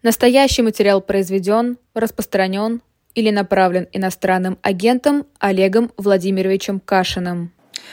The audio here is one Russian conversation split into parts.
Настоящий материал произведен, распространен или направлен иностранным агентом Олегом Владимировичем Кашиным.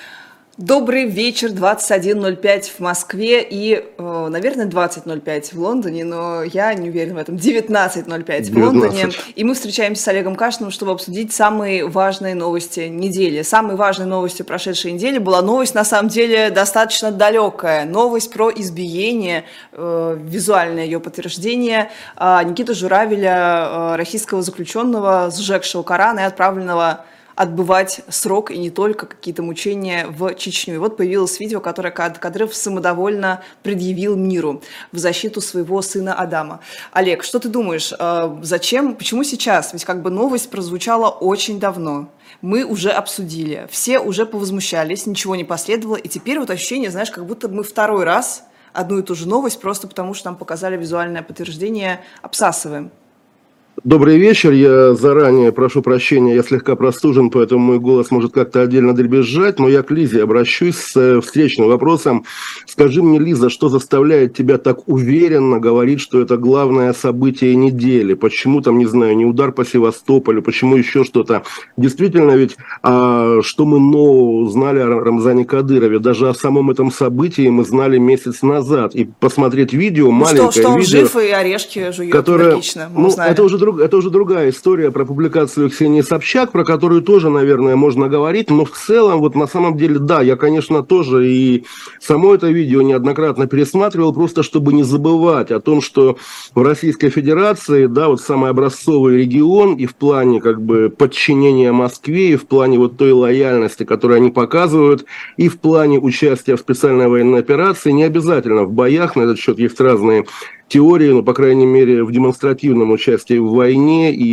Добрый вечер, 21:05 в Москве и, наверное, 20:05 в Лондоне, но я не уверена в этом, 19:05 в Лондоне. И мы встречаемся с Олегом Кашиным, чтобы обсудить самые важные новости недели. Самой важной новостью прошедшей недели была новость, на самом деле, достаточно далекая. Новость про избиение, визуальное ее подтверждение Никиты Журавеля, российского заключенного, сжегшего Коран и отправленного отбывать срок и не только какие-то мучения в Чечню. И вот появилось видео, которое Кадыров самодовольно предъявил миру в защиту своего сына Адама. Олег, что ты думаешь, зачем, почему сейчас? Ведь как бы новость прозвучала очень давно. Мы уже обсудили, все уже повозмущались, ничего не последовало. И теперь вот ощущение, знаешь, как будто мы второй раз одну и ту же новость просто потому, что нам показали визуальное подтверждение, обсасываем. Добрый вечер, я заранее прошу прощения, я слегка простужен, поэтому мой голос может как-то отдельно дребезжать, но я к Лизе обращусь с встречным вопросом. Скажи мне, Лиза, что заставляет тебя так уверенно говорить, что это главное событие недели? Почему там, не знаю, не удар по Севастополю, почему еще что-то? Действительно ведь, что мы узнали о Рамзане Кадырове, даже о самом этом событии мы знали месяц назад. И посмотреть видео, маленькое что он видео, жив и орешки жует, которое, логично, мы узнали. Это уже другая история про публикацию Ксении Собчак, про которую тоже, наверное, можно говорить, но в целом, вот на самом деле, да, я, конечно, тоже и само это видео неоднократно пересматривал, просто чтобы не забывать о том, что в Российской Федерации, да, вот самый образцовый регион и в плане как бы подчинения Москве, и в плане вот той лояльности, которую они показывают, и в плане участия в специальной военной операции, не обязательно в боях, на этот счет есть разные теории, но, по крайней мере, в демонстративном участии в войне и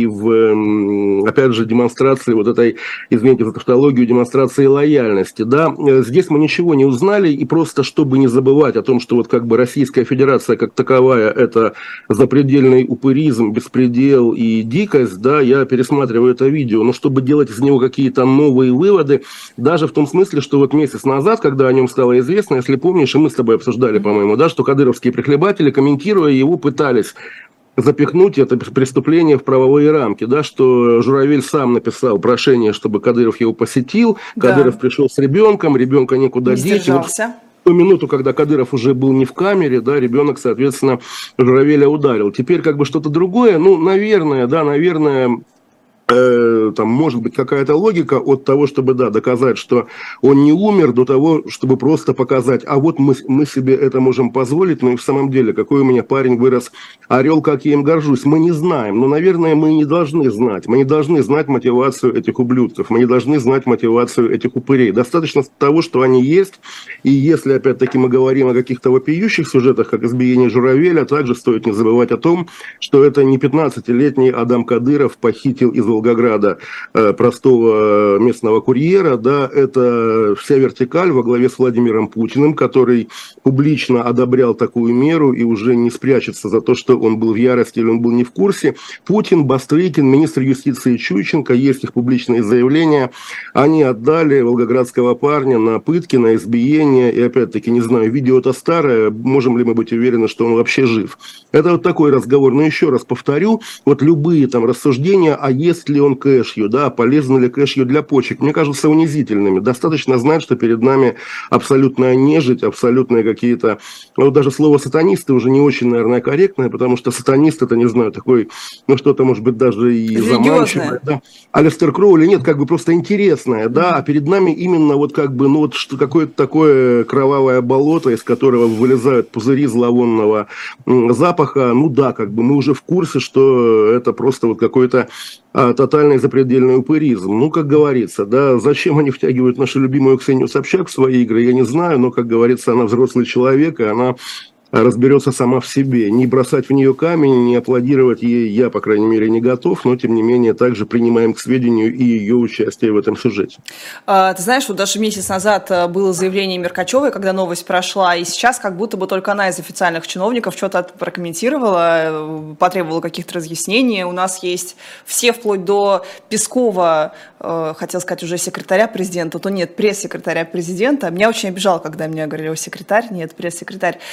в, опять же, демонстрации вот этой, извините за тавтологию, демонстрации лояльности, да. Здесь мы ничего не узнали, и просто, чтобы не забывать о том, что вот как бы Российская Федерация как таковая – это запредельный упыризм, беспредел и дикость, да, я пересматриваю это видео, но чтобы делать из него какие-то новые выводы, даже в том смысле, что вот месяц назад, когда о нем стало известно, если помнишь, и мы с тобой обсуждали, по-моему, да, что кадыровские прихлебатели, комментируя его, пытались запихнуть это преступление в правовые рамки, да, что Журавель сам написал прошение, чтобы Кадыров его посетил, да. Кадыров пришел с ребенком, ребенка некуда деть. Сдержался. В ту минуту, когда Кадыров уже был не в камере, да, ребенок, соответственно, Журавеля ударил. Теперь как бы что-то другое, ну, наверное, там может быть какая-то логика от того, чтобы, да, доказать, что он не умер, до того, чтобы просто показать, а вот мы себе это можем позволить, но и в самом деле, какой у меня парень вырос, орел, как я им горжусь, мы не знаем, но, наверное, мы не должны знать, мы не должны знать мотивацию этих ублюдков, мы не должны знать мотивацию этих упырей, достаточно того, что они есть, и если, опять-таки, мы говорим о каких-то вопиющих сюжетах, как избиение Журавеля, также стоит не забывать о том, что это не 15-летний Адам Кадыров похитил из Волгограда простого местного курьера, да, это вся вертикаль во главе с Владимиром Путиным, который публично одобрял такую меру и уже не спрячется за то, что он был в ярости или он был не в курсе. Путин, Бастрыкин, министр юстиции Чученко, есть их публичные заявления, они отдали волгоградского парня на пытки, на избиение, и опять-таки, не знаю, видео это старое, можем ли мы быть уверены, что он вообще жив. Это вот такой разговор, но еще раз повторю, вот любые там рассуждения, а есть ли он кэшью, да, полезны ли кэшью для почек, мне кажутся унизительными. Достаточно знать, что перед нами абсолютная нежить, абсолютные какие-то, вот даже слово сатанисты уже не очень, наверное, корректное, потому что сатанист это, не знаю, такой, ну что-то может быть даже и заманчивое, да. Алистер Кроули, нет, как бы просто интересное, да, а перед нами именно вот как бы, ну вот что какое-то такое кровавое болото, из которого вылезают пузыри зловонного запаха, ну да, как бы мы уже в курсе, что это просто вот какой-то тотальный запредельный упыризм. Ну, как говорится, да, зачем они втягивают нашу любимую Ксению Собчак в свои игры, я не знаю, но, как говорится, она взрослый человек, и она разберется сама в себе. Не бросать в нее камень, не аплодировать ей я, по крайней мере, не готов, но, тем не менее, также принимаем к сведению и ее участие в этом сюжете. Ты знаешь, вот даже месяц назад было заявление Меркачевой, когда новость прошла, и сейчас как будто бы только она из официальных чиновников что-то прокомментировала, потребовала каких-то разъяснений. У нас есть все, вплоть до Пескова, хотел сказать уже секретаря президента, то нет, пресс-секретаря президента. Меня очень обижало, когда мне говорили, секретарь, нет, пресс-секретарь. Ну, Песков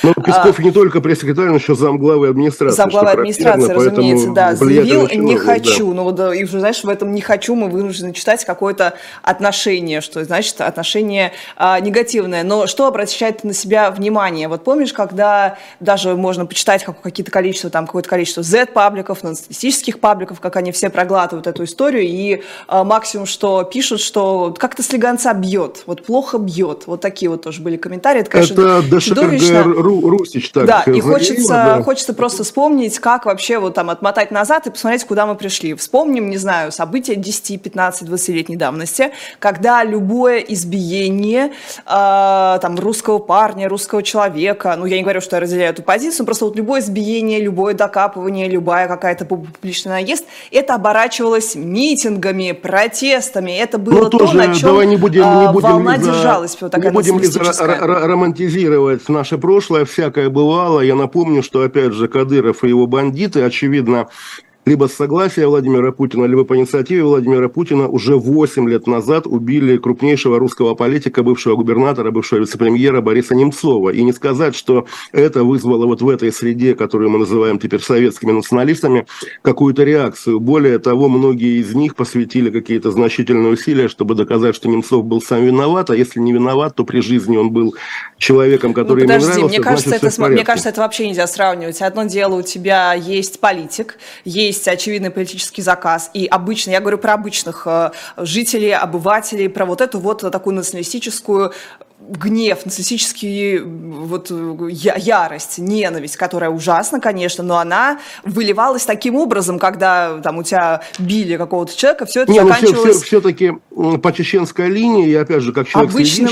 Ушаков не только пресс-секретарь, но еще замглавы администрации. Замглавы администрации, разумеется, да, заявил «не хочу». Да. Ну, да, и уже, знаешь, в этом «не хочу» мы вынуждены читать какое-то отношение, что значит отношение негативное. Но что обращает на себя внимание? Вот помнишь, когда даже можно почитать какое-то количество Z-пабликов, националистических пабликов, как они все проглатывают эту историю, и максимум, что пишут, что как-то слегонца бьет, вот плохо бьет. Вот такие вот тоже были комментарии. Это, конечно, чудовищно. Русич так да, и хочется просто вспомнить, как вообще вот там отмотать назад и посмотреть, куда мы пришли. Вспомним, не знаю, события 10, 15, 20-летней давности, когда любое избиение там русского парня, русского человека, ну, я не говорю, что я разделяю эту позицию, просто вот любое избиение, любое докапывание, любая какая-то публичный наезд, это оборачивалось митингами, протестами, это было то, на чем волна держалась. Не будем романтизировать наше прошлое, всякое бывало. Я напомню, что, опять же, Кадыров и его бандиты, очевидно, либо с согласия Владимира Путина, либо по инициативе Владимира Путина уже 8 лет назад убили крупнейшего русского политика, бывшего губернатора, бывшего вице-премьера Бориса Немцова. И не сказать, что это вызвало вот в этой среде, которую мы называем теперь советскими националистами, какую-то реакцию. Более того, многие из них посвятили какие-то значительные усилия, чтобы доказать, что Немцов был сам виноват, а если не виноват, то при жизни он был человеком, который ему нравился. Мне кажется, это вообще нельзя сравнивать. Одно дело, у тебя есть политик, есть очевидный политический заказ, и обычно, я говорю про обычных жителей, обывателей, про вот эту вот такую националистическую гнев, националистический вот ярость, ненависть, которая ужасна, конечно, но она выливалась таким образом, когда там у тебя били какого-то человека, все это заканчивалось... Все-таки по чеченской линии, и опять же, как человек, обычным,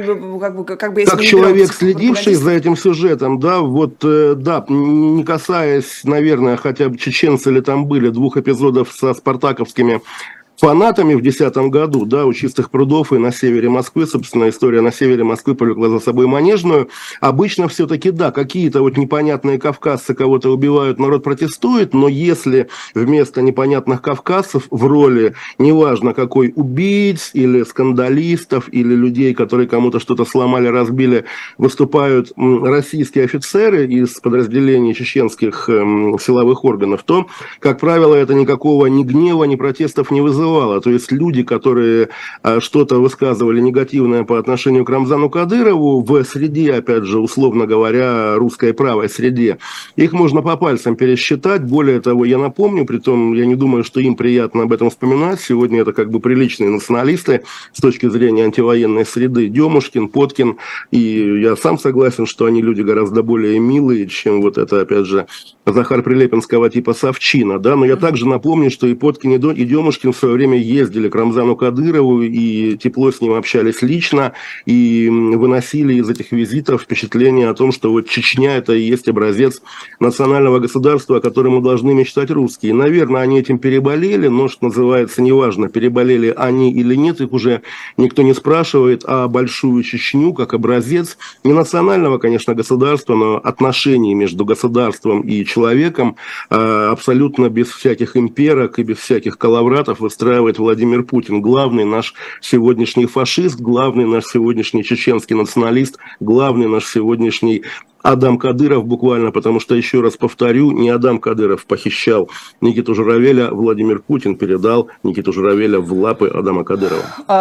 следивший за этим сюжетом, да, вот, да, не касаясь, наверное, хотя бы чеченцы ли там были, 2 эпизодов со спартаковскими фанатами в 2010 году, да, у Чистых прудов и на севере Москвы, собственно, история на севере Москвы повлекла за собой Манежную. Обычно все-таки, да, какие-то вот непонятные кавказцы кого-то убивают, народ протестует, но если вместо непонятных кавказцев в роли, неважно какой, убийц или скандалистов, или людей, которые кому-то что-то сломали, разбили, выступают российские офицеры из подразделений чеченских силовых органов, то, как правило, это никакого ни гнева, ни протестов не вызывает. То есть люди, которые что-то высказывали негативное по отношению к Рамзану Кадырову в среде, опять же, условно говоря, русской правой среде, их можно по пальцам пересчитать. Более того, я напомню, притом я не думаю, что им приятно об этом вспоминать, сегодня это как бы приличные националисты с точки зрения антивоенной среды, Демушкин, Поткин, и я сам согласен, что они люди гораздо более милые, чем вот это, опять же, Захар Прилепинского типа Совчина, да, но я также напомню, что и Поткин, и Демушкин в свое время ездили к Рамзану Кадырову и тепло с ним общались лично, и выносили из этих визитов впечатление о том, что вот Чечня – это и есть образец национального государства, о котором мы должны мечтать русские. Наверное, они этим переболели, но, что называется, неважно, переболели они или нет, их уже никто не спрашивает, а большую Чечню как образец не национального, конечно, государства, но отношений между государством и человеком абсолютно без всяких имперок и без всяких коловратов выстраивает Владимир Путин. Главный наш сегодняшний фашист, главный наш сегодняшний чеченский националист, главный наш сегодняшний Адам Кадыров буквально, потому что, еще раз повторю, не Адам Кадыров похищал Никиту Журавеля, Владимир Путин передал Никиту Журавеля в лапы Адама Кадырова.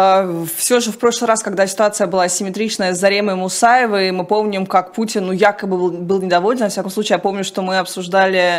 Все же в прошлый раз, когда ситуация была асимметричная с Заремой Мусаевой, мы помним, как Путин якобы был недоволен. Во всяком случае, я помню, что мы обсуждали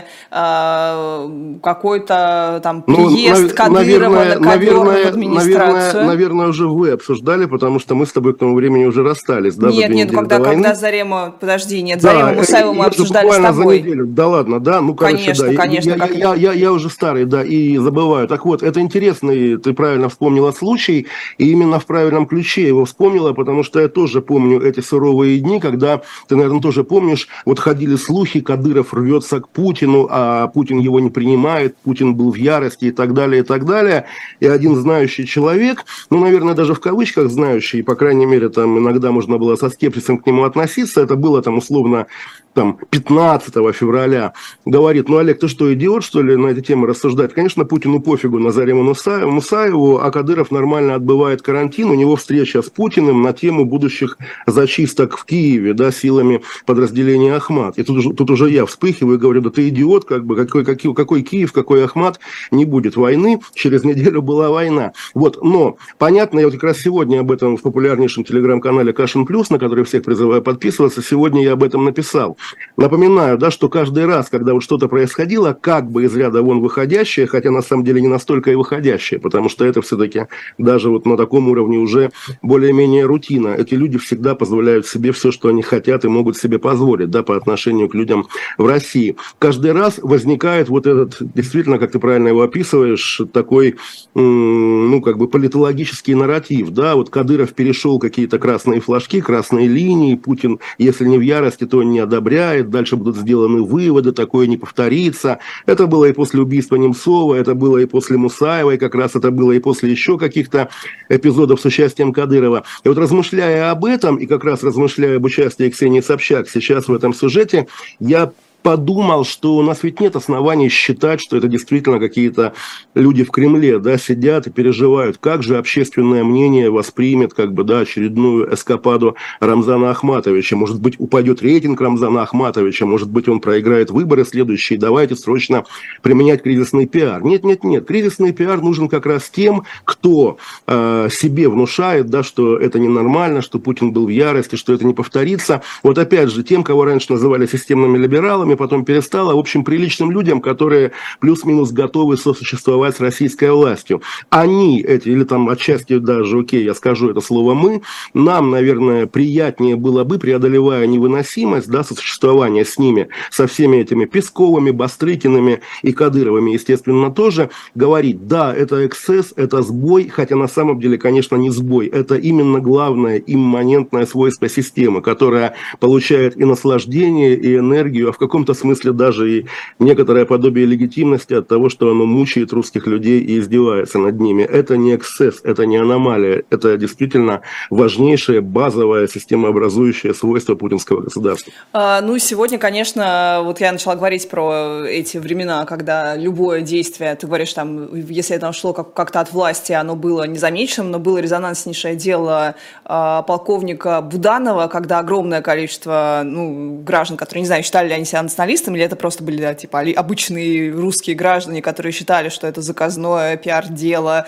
какой-то там приезд Кадырова на ковер в администрацию. Наверное, уже вы обсуждали, потому что мы с тобой к тому времени уже расстались. Да, нет, когда Зарема, подожди, нет, Зарему Мусаеву мы обсуждали с тобой. Да ладно, да? Ну, короче, конечно. Я уже старый, да, и забываю. Так вот, это интересный, ты правильно вспомнила случай, и именно в правильном ключе его вспомнила, потому что я тоже помню эти суровые дни, когда, ты, наверное, тоже помнишь, вот ходили слухи, Кадыров рвется к Путину, а Путин его не принимает, Путин был в ярости и так далее, и так далее. И один знающий человек, ну, наверное, даже в кавычках знающий, по крайней мере, там иногда можно было со скепсисом к нему относиться, это было там условно условно, там, 15 февраля, говорит: ну, Олег, ты что, идиот, что ли, на эти темы рассуждать? Конечно, Путину пофигу на Зарему Мусаеву, а Кадыров нормально отбывает карантин, у него встреча с Путиным на тему будущих зачисток в Киеве, да, силами подразделения Ахмат. И тут уже я вспыхиваю и говорю: да ты идиот, как бы, какой Киев, какой Ахмат, не будет войны, через неделю была война. Вот, но, понятно, я вот как раз сегодня об этом в популярнейшем телеграм-канале Кашин Плюс, на который всех призываю подписываться, сегодня я об этом написал. Напоминаю, да, что каждый раз, когда вот что-то происходило, как бы из ряда вон выходящее, хотя на самом деле не настолько и выходящее, потому что это все-таки даже вот на таком уровне уже более-менее рутина. Эти люди всегда позволяют себе все, что они хотят и могут себе позволить, да, по отношению к людям в России. Каждый раз возникает вот этот, действительно, как ты правильно его описываешь, такой, ну, как бы политологический нарратив, да, вот Кадыров перешел какие-то красные флажки, красные линии, Путин, если не в ярости, то не одобряет, дальше будут сделаны выводы, такое не повторится. Это было и после убийства Немцова, это было и после Мусаевой, как раз это было и после еще каких-то эпизодов с участием Кадырова. И вот размышляя об этом, и как раз размышляя об участии Ксении Собчак сейчас в этом сюжете, я подумал, что у нас ведь нет оснований считать, что это действительно какие-то люди в Кремле, да, сидят и переживают, как же общественное мнение воспримет, как бы, да, очередную эскападу Рамзана Ахматовича. Может быть, упадет рейтинг Рамзана Ахматовича, может быть, он проиграет выборы следующие, давайте срочно применять кризисный пиар. Нет, кризисный пиар нужен как раз тем, кто себе внушает, да, что это ненормально, что Путин был в ярости, что это не повторится. Вот опять же, тем, кого раньше называли системными либералами, потом перестало, в общем, приличным людям, которые плюс-минус готовы сосуществовать с российской властью. Они, эти, или там отчасти даже, окей, я скажу это слово «мы», нам, наверное, приятнее было бы, преодолевая невыносимость, да, сосуществования с ними, со всеми этими Песковыми, Бастрыкиными и Кадыровыми, естественно, тоже, говорить: да, это эксцесс, это сбой, хотя на самом деле, конечно, не сбой, это именно главное имманентное свойство системы, которая получает и наслаждение, и энергию, а в каком-то смысле даже и некоторое подобие легитимности от того, что оно мучает русских людей и издевается над ними. Это не эксцесс, это не аномалия, это действительно важнейшее, базовое, системообразующее свойство путинского государства. Ну, сегодня, конечно, вот я начала говорить про эти времена, когда любое действие, ты говоришь, там, если это шло как-то от власти, оно было незамеченным, но было резонанснейшее дело полковника Буданова, когда огромное количество, ну, граждан, которые, не знаю, считали ли они себя националистами, или это просто были, да, типа, обычные русские граждане, которые считали, что это заказное пиар-дело,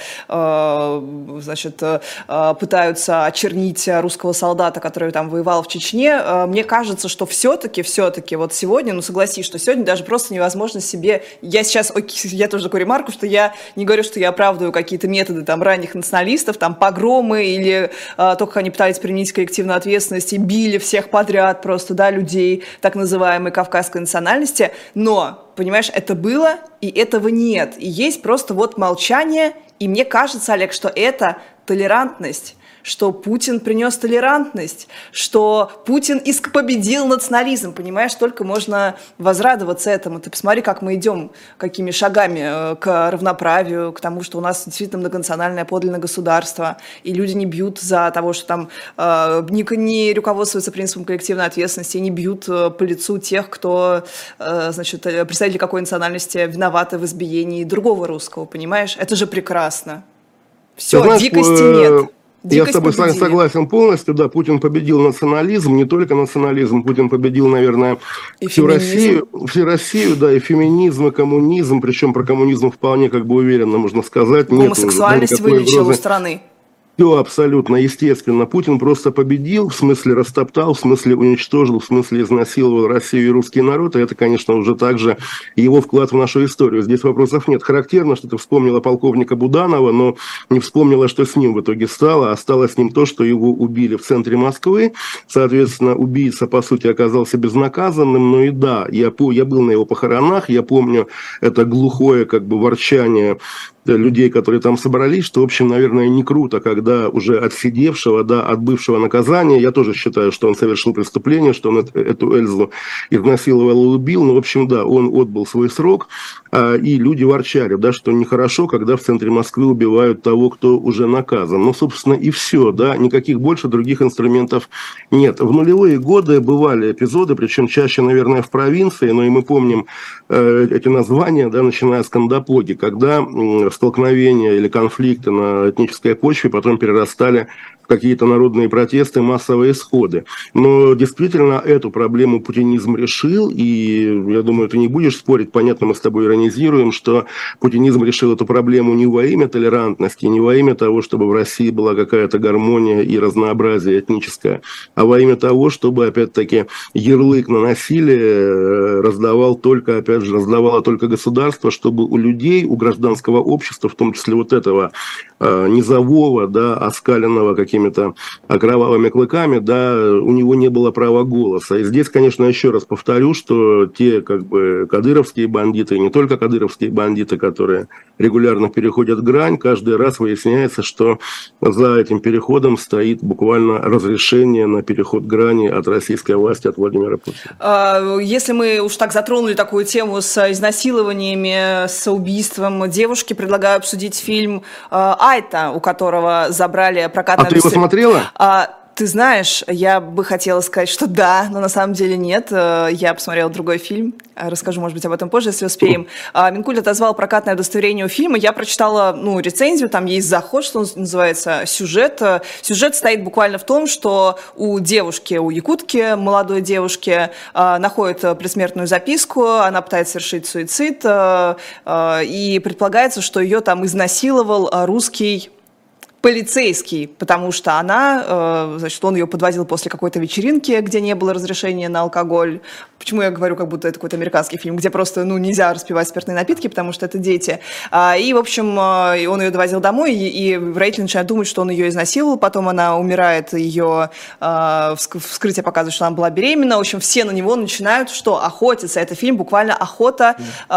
значит, пытаются очернить русского солдата, который там воевал в Чечне. Мне кажется, что все-таки, вот сегодня, ну, согласись, что сегодня даже просто невозможно себе... Я тоже такую ремарку, что я не говорю, что я оправдываю какие-то методы там ранних националистов, там погромы или то, как они пытались применить коллективную ответственность и били всех подряд просто, да, людей так называемой кавказской национальности, но, понимаешь, это было, и этого нет. И есть просто вот молчание, и мне кажется, Олег, что это толерантность, что Путин принес толерантность, что Путин победил национализм, понимаешь, только можно возрадоваться этому. Ты посмотри, как мы идем, какими шагами к равноправию, к тому, что у нас действительно многонациональное подлинное государство, и люди не бьют за того, что там не руководствуются принципом коллективной ответственности, не бьют по лицу тех, кто, значит, представители какой национальности виноваты в избиении другого русского, понимаешь? Это же прекрасно. Все, знаешь, дикости нет. Я с тобой согласен полностью, да, Путин победил национализм, не только национализм, Путин победил, наверное, всю Россию, да, и феминизм, и коммунизм, причем про коммунизм вполне, как бы, уверенно можно сказать. Гомосексуальность вылечил у страны. Все абсолютно естественно. Путин просто победил, в смысле растоптал, в смысле уничтожил, в смысле изнасиловал Россию и русский народ. И это, конечно, уже также его вклад в нашу историю. Здесь вопросов нет. Характерно, что ты вспомнила полковника Буданова, но не вспомнила, что с ним в итоге стало. Осталось с ним то, что его убили в центре Москвы. Соответственно, убийца, по сути, оказался безнаказанным. Но и да, я был на его похоронах, я помню это глухое, как бы, ворчание людей, которые там собрались, что, в общем, наверное, не круто, когда уже отсидевшего, да, отбывшего наказания, я тоже считаю, что он совершил преступление, что он эту Эльзу изнасиловал и убил, но, в общем, да, он отбыл свой срок, и люди ворчали, да, что нехорошо, когда в центре Москвы убивают того, кто уже наказан. Ну, собственно, и все, да, никаких больше других инструментов нет. В нулевые годы бывали эпизоды, причем чаще, наверное, в провинции, но и мы помним эти названия, да, начиная с Кандапоги, когда столкновения или конфликты на этнической почве потом перерастали в какие-то народные протесты, массовые исходы. Но действительно эту проблему путинизм решил, и я думаю, ты не будешь спорить, понятно, мы с тобой иронизируем, что путинизм решил эту проблему не во имя толерантности, не во имя того, чтобы в России была какая-то гармония и разнообразие этническое, а во имя того, чтобы, опять-таки, ярлык на насилие раздавало только государство, чтобы у людей, у гражданского общества, в том числе вот этого низового, да, оскаленного какими-то кровавыми клыками, да, у него не было права голоса. И здесь, конечно, еще раз повторю, что те, как бы, кадыровские бандиты, и не только кадыровские бандиты, которые регулярно переходят грань, каждый раз выясняется, что за этим переходом стоит буквально разрешение на переход грани от российской власти, от Владимира Путина. Если мы уж так затронули такую тему с изнасилованиями, с убийством девушки, предлагаю обсудить фильм «Айта», у которого забрали прокатное... А ты его смотрела? Ты знаешь, я бы хотела сказать, что да, но на самом деле нет. Я посмотрела другой фильм. Расскажу, может быть, об этом позже, если успеем. Минкульт отозвал прокатное удостоверение у фильма. Я прочитала, рецензию, там есть заход, что называется, сюжет. Сюжет стоит буквально в том, что у девушки, у якутки, молодой девушки, находят предсмертную записку, она пытается совершить суицид, и предполагается, что ее там изнасиловал русский полицейский, потому что он ее подвозил после какой-то вечеринки, где не было разрешения на алкоголь. Почему я говорю, как будто это какой-то американский фильм, где просто, нельзя распивать спиртные напитки, потому что это дети. И, в общем, он ее довозил домой, и родители начинают думать, что он ее изнасиловал, потом она умирает, ее вскрытие показывает, что она была беременна. В общем, все на него начинают, охотиться. Это фильм буквально охота.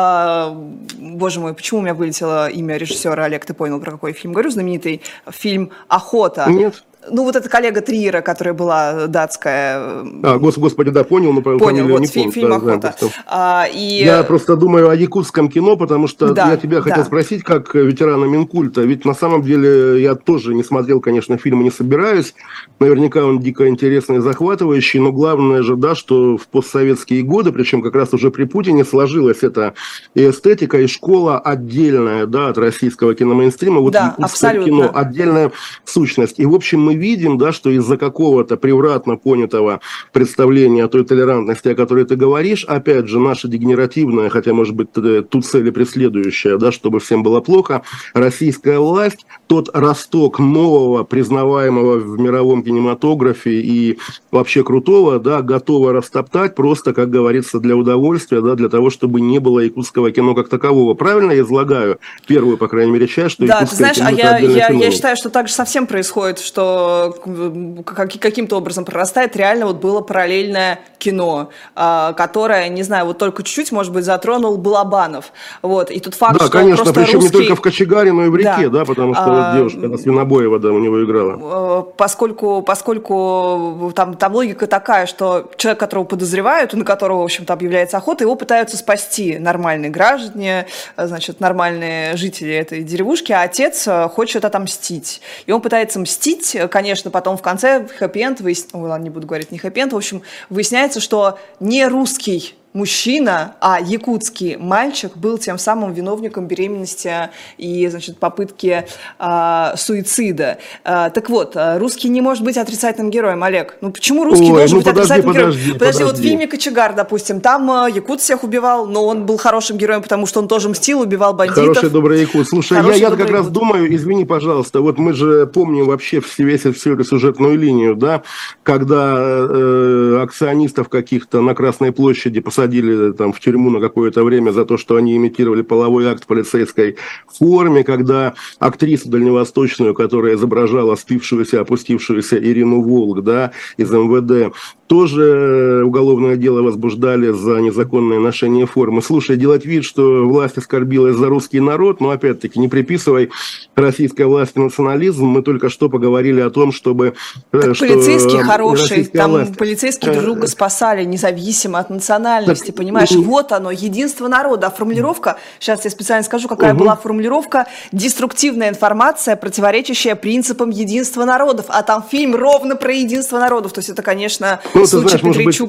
Боже мой, почему у меня вылетело имя режиссера, Олег, ты понял, про какой фильм говорю, знаменитый фильм «Охота». Нет. Вот эта коллега Триера, которая была датская. Господи, да, понял, но понял, вот не помню. Фильм «Охота». Я просто думаю о якутском кино, потому что я тебя хотел спросить, как ветерана Минкульта, ведь на самом деле я тоже не смотрел, конечно, фильм и не собираюсь, наверняка он дико интересный и захватывающий, но главное же, да, что в постсоветские годы, причем как раз уже при Путине, сложилась эта и эстетика, и школа отдельная, да, от российского киномейнстрима, вот якутское кино, отдельная сущность. И, в общем, мы видим, да, что из-за какого-то превратно понятого представления о той толерантности, о которой ты говоришь, опять же, наша дегенеративная, хотя, может быть, ту цель преследующая, да, чтобы всем было плохо, российская власть, тот росток нового, признаваемого в мировом кинематографе и вообще крутого, да, готова растоптать просто, как говорится, для удовольствия, да, для того, чтобы не было якутского кино как такового. Правильно я излагаю первую, по крайней мере, часть, что якутское кино... Да, ты знаешь, я считаю, что так же совсем происходит, что каким-то образом прорастает. Реально вот было параллельное кино, которое, не знаю, вот только чуть-чуть, может быть, затронул Балабанов. Вот. И тут факт, да, что конечно, просто причем русский... не только в «Кочегаре», но и в «Реке», да, потому что вот девушка, она Свинобоева, да, у него играла. Поскольку там логика такая, что человек, которого подозревают, на которого, в общем-то, объявляется охота, его пытаются спасти нормальные граждане, значит, нормальные жители этой деревушки, а отец хочет отомстить. И он пытается мстить. Конечно, потом в конце хэппи-энд не буду говорить не хэппи-энд, в общем, выясняется, что не русский мужчина, а якутский мальчик был тем самым виновником беременности и, значит, попытки суицида. Так вот, русский не может быть отрицательным героем, Олег. Почему русский должен быть отрицательным героем? Подожди, вот в фильме «Кочегар», допустим, там якут всех убивал, но он был хорошим героем, потому что он тоже мстил, убивал бандитов. Хороший, добрый якут. Слушай, я как раз думаю, извини, пожалуйста, вот мы же помним вообще всю эту сюжетную линию, да, когда акционистов каких-то на Красной площади посадили там в тюрьму на какое-то время за то, что они имитировали половой акт в полицейской форме, когда актрису дальневосточную, которая изображала спившуюся, опустившуюся Ирину Волк, да, из МВД, тоже уголовное дело возбуждали за незаконное ношение формы. Слушай, делать вид, что власть оскорбилась за русский народ, но опять-таки не приписывай российской власти национализм. Мы только что поговорили о том, чтобы... Так что полицейские хорошие, там власть... полицейские друг друга спасали, независимо от национальности, так, понимаешь? Вот оно, единство народа. А формулировка, сейчас я специально скажу, какая была формулировка: деструктивная информация, противоречащая принципам единства народов. А там фильм ровно про единство народов. То есть это, конечно... Ну, ты знаешь, может быть,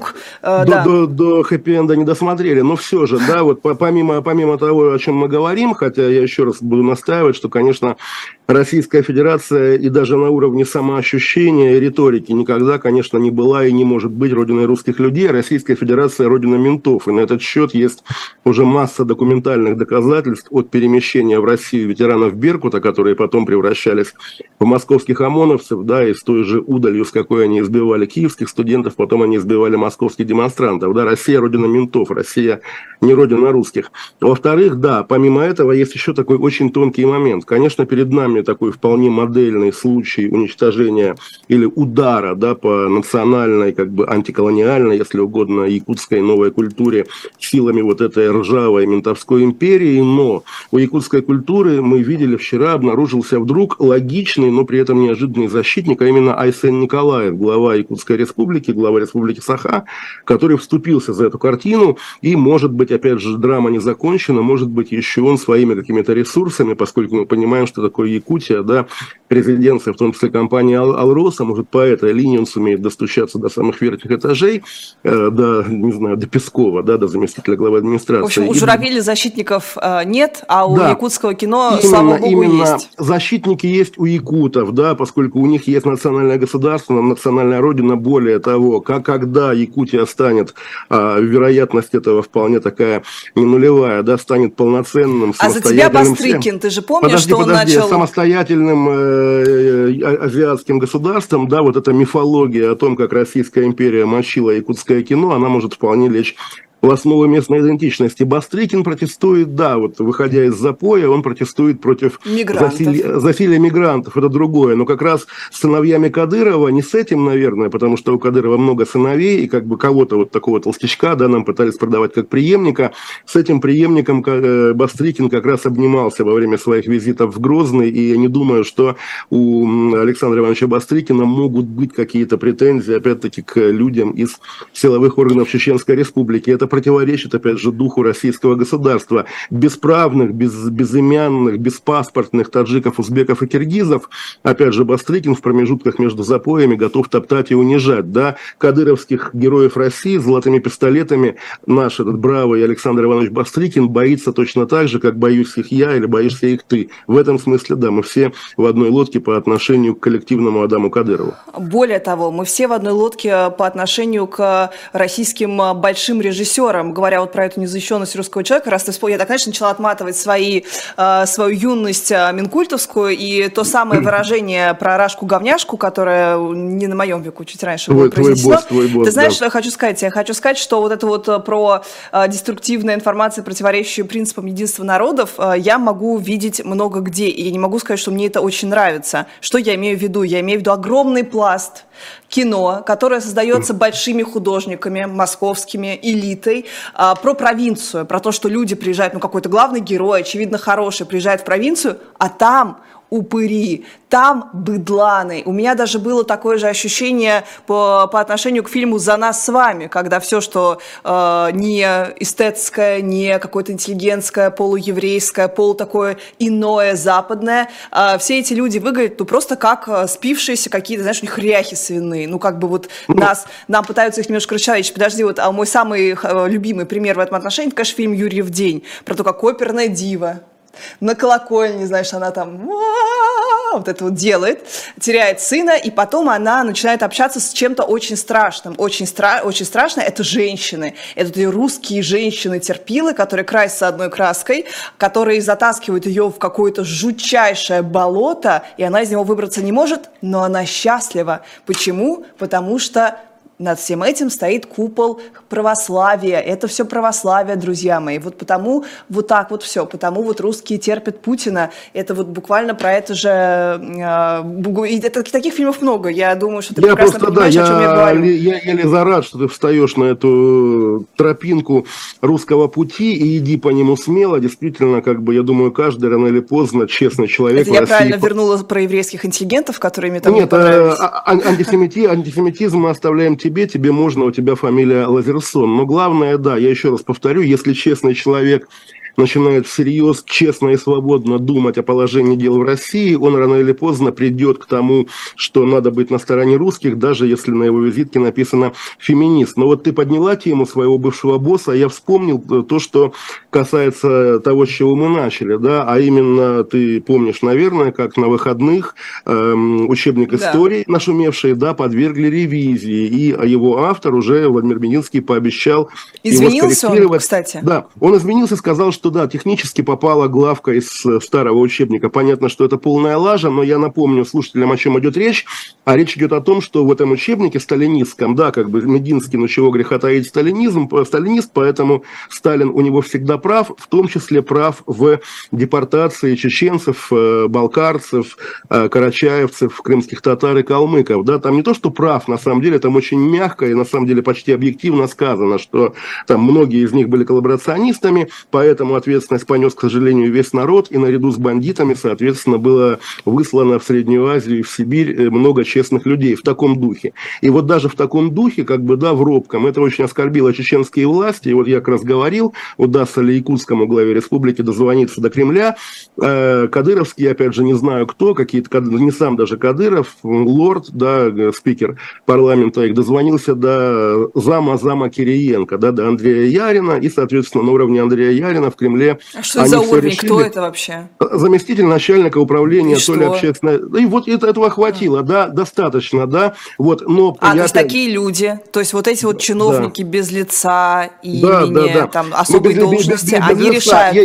до хэппи-энда не досмотрели, но все же, да, вот помимо того, о чем мы говорим, хотя я еще раз буду настаивать, что, конечно, Российская Федерация и даже на уровне самоощущения и риторики никогда, конечно, не была и не может быть родиной русских людей. Российская Федерация – родина ментов, и на этот счет есть уже масса документальных доказательств от перемещения в Россию ветеранов Беркута, которые потом превращались в московских ОМОНовцев, да, и с той же удалью, с какой они избивали киевских студентов, потом они избивали московских демонстрантов. Да, Россия – родина ментов, Россия не родина русских. Во-вторых, да, помимо этого есть еще такой очень тонкий момент. Конечно, перед нами такой вполне модельный случай уничтожения или удара, да, по национальной, как бы антиколониальной, если угодно, якутской новой культуре силами вот этой ржавой ментовской империи. Но у якутской культуры, мы видели вчера, обнаружился вдруг логичный, но при этом неожиданный защитник, а именно Айсен Николаев, глава Якутской республики, глава республики Саха, который вступился за эту картину. И, может быть, опять же, драма не закончена, может быть, еще он своими какими-то ресурсами, поскольку мы понимаем, что такое Якутия, да, резиденция, в том числе компании «Алроса», может, по этой линии он сумеет достучаться до самых верхних этажей, до, не знаю, до Пескова, да, до заместителя главы администрации. В общем, у Журавеля защитников нет, а у якутского кино, слава богу, есть. Защитники есть у якутов, да, поскольку у них есть национальное государство, национальная родина. Более того, когда Якутия станет, вероятность этого вполне такая не нулевая, да, станет полноценным, самостоятельным... А за тебя Бастрыкин, ты же помнишь, что он начал... самостоятельным азиатским государством, да, вот эта мифология о том, как Российская империя мочила якутское кино, она может вполне лечь в основу местной идентичности. Бастрыкин протестует, да, вот выходя из запоя, он протестует против засилия мигрантов, это другое. Но как раз с сыновьями Кадырова, не с этим, наверное, потому что у Кадырова много сыновей, и как бы кого-то вот такого толстячка, да, нам пытались продавать как преемника. С этим преемником Бастрыкин как раз обнимался во время своих визитов в Грозный, и я не думаю, что у Александра Ивановича Бастрыкина могут быть какие-то претензии, опять-таки, к людям из силовых органов Чеченской Республики. Это противоречит, опять же, духу российского государства. Бесправных, безымянных, беспаспортных таджиков, узбеков и киргизов, опять же, Бастрыкин в промежутках между запоями готов топтать и унижать. Да? Кадыровских героев России с золотыми пистолетами наш этот бравый Александр Иванович Бастрыкин боится точно так же, как боюсь их я или боишься их ты. В этом смысле, да, мы все в одной лодке по отношению к коллективному Адаму Кадырову. Более того, мы все в одной лодке по отношению к российским большим режиссерам. Говоря вот про эту незащищенность русского человека, раз ты вспомнил, я, конечно, начала отматывать свою юность минкультовскую, и то самое выражение про Рашку-говняшку, которое не на моем веку, чуть раньше было произнесено. Твой босс, ты знаешь, да. что я хочу сказать? Я хочу сказать, что вот это вот про деструктивная информация, противоречащая принципам единства народов, я могу видеть много где, и я не могу сказать, что мне это очень нравится. Что я имею в виду? Я имею в виду огромный пласт кино, которое создается большими художниками, московскими, элитой, про провинцию, про то, что люди приезжают, какой-то главный герой, очевидно, хороший, приезжает в провинцию, а там упыри, там быдланы. У меня даже было такое же ощущение по отношению к фильму «За нас с вами», когда все, что не эстетское, не какое-то интеллигентское, полуеврейское, такое иное, западное, все эти люди выглядят просто как спившиеся какие-то, знаешь, у них ряхи свиные. Нам пытаются их немножко расчеловечить. Подожди, мой самый любимый пример в этом отношении, это, конечно, фильм «Юрьев день», про то, как оперная дива на колокольне, знаешь, она там вот это вот делает, теряет сына, и потом она начинает общаться с чем-то очень страшным. Очень страшное – это женщины. Это русские женщины-терпилы, которые красятся одной краской, которые затаскивают ее в какое-то жутчайшее болото, и она из него выбраться не может, но она счастлива. Почему? Потому что над всем этим стоит купол православия. Это все православие, друзья мои. Вот потому вот так вот все. Потому вот русские терпят Путина. Это вот буквально про это же... Таких фильмов много. Я думаю, что ты прекрасно понимаешь, о чем я говорю. Я еле рад, что ты встаешь на эту тропинку русского пути и иди по нему смело. Действительно, как бы, я думаю, каждый рано или поздно честный человек это в я России... правильно вернула про еврейских интеллигентов, которые мне там не понравились? Антисемитизм мы оставляем тебе можно, у тебя фамилия Лазерсон. Но главное, да, я еще раз повторю, если честный человек начинает всерьез, честно и свободно думать о положении дел в России, он рано или поздно придет к тому, что надо быть на стороне русских, даже если на его визитке написано «феминист». Но вот ты подняла тему своего бывшего босса, а я вспомнил то, что касается того, с чего мы начали, да, а именно, ты помнишь, наверное, как на выходных учебник истории нашумевший, да, подвергли ревизии, и его автор уже, Владимир Мединский, пообещал извинился его он, кстати. Да, он извинился, сказал, что да, технически попала главка из старого учебника. Понятно, что это полная лажа, но я напомню слушателям, о чем идет речь. А речь идет о том, что в этом учебнике сталинистском, да, как бы Мединский, ну чего греха таить, сталинист, поэтому Сталин у него всегда прав, в том числе прав в депортации чеченцев, балкарцев, карачаевцев, крымских татар и калмыков. Да, там не то, что прав, на самом деле, там очень мягко и на самом деле почти объективно сказано, что там многие из них были коллаборационистами, поэтому ответственность понес, к сожалению, весь народ, и наряду с бандитами, соответственно, было выслано в Среднюю Азию и в Сибирь много честных людей в таком духе. И вот даже в таком духе, как бы, да, в робком, это очень оскорбило чеченские власти, и вот я как раз говорил, удастся ли якутскому главе республики дозвониться до Кремля, кадыровский, опять же, не знаю кто, какие-то, не сам даже Кадыров, лорд, да, спикер парламента, их дозвонился до зама Кириенко, да, до Андрея Ярина, и, соответственно, на уровне Андрея Ярина в Кремле. А что это за уровень? Кто это вообще? Заместитель начальника управления, то ли общественное. И вот этого хватило, да, достаточно, да. Вот, но то есть такие люди, то есть вот эти вот чиновники без лица, имени, там, особой должности, они решают,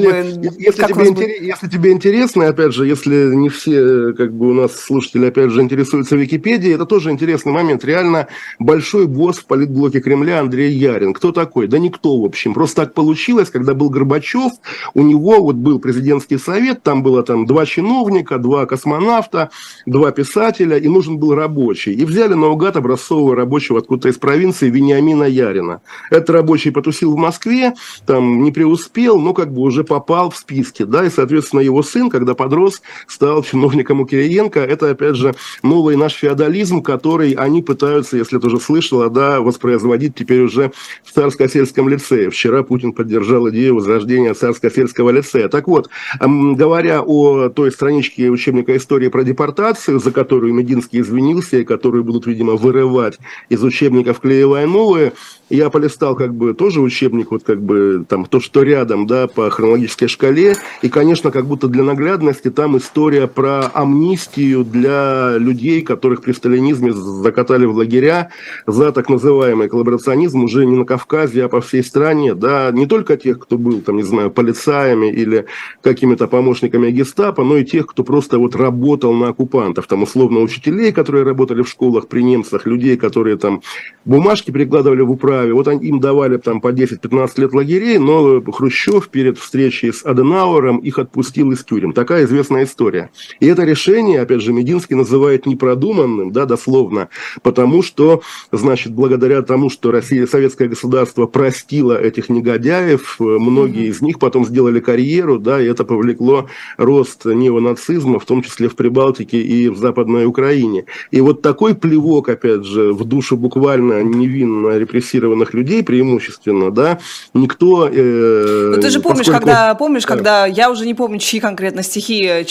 если тебе интересно, опять же, если не все, как бы, у нас слушатели, опять же, интересуются Википедией, это тоже интересный момент. Реально большой босс в политблоке Кремля Андрей Ярин. Кто такой? Да никто, в общем. Просто так получилось, когда был Горбачев, у него вот был президентский совет, там было там 2 чиновника, 2 космонавта, 2 писателя, и нужен был рабочий. И взяли наугад образцового рабочего откуда-то из провинции Вениамина Ярина. Этот рабочий потусил в Москве, там не преуспел, но как бы уже попал в списки, да, и, соответственно, его сын, когда подрос, стал чиновником у Кириенко. Это, опять же, новый наш феодализм, который они пытаются, если ты уже слышала, да, воспроизводить теперь уже в Царско-сельском лицее. Вчера Путин поддержал идею возрождения Царско-сельского лицея. Так вот, говоря о той страничке учебника истории про депортацию, за которую Мединский извинился и которую будут, видимо, вырывать из учебников клеевая новые, я полистал как бы тоже учебник, вот как бы там то, что рядом, да, по хронологической шкале, и, конечно, как будто для наглядности там история про амнистию для людей, которых при сталинизме закатали в лагеря за так называемый коллаборационизм уже не на Кавказе, а по всей стране, да, не только тех, кто был там, не знаю, полицаями или какими-то помощниками гестапо, но и тех, кто просто вот работал на оккупантов, там условно учителей, которые работали в школах при немцах, людей, которые там бумажки перекладывали в управе, вот им давали там по 10-15 лет лагерей, но Хрущев перед встречей с Аденауэром их отпустил из тюрем. Такая известная история. И это решение, опять же, Мединский называет непродуманным, да, дословно, потому что, значит, благодаря тому, что Россия, советское государство простило этих негодяев, многие из них потом сделали карьеру, да, и это повлекло рост неонацизма, в том числе в Прибалтике и в Западной Украине. И вот такой плевок, опять же, в душу буквально невинно репрессированных людей, преимущественно, да, никто... Ну, ты же помнишь, когда, я уже не помню, чьи конкретно стихи,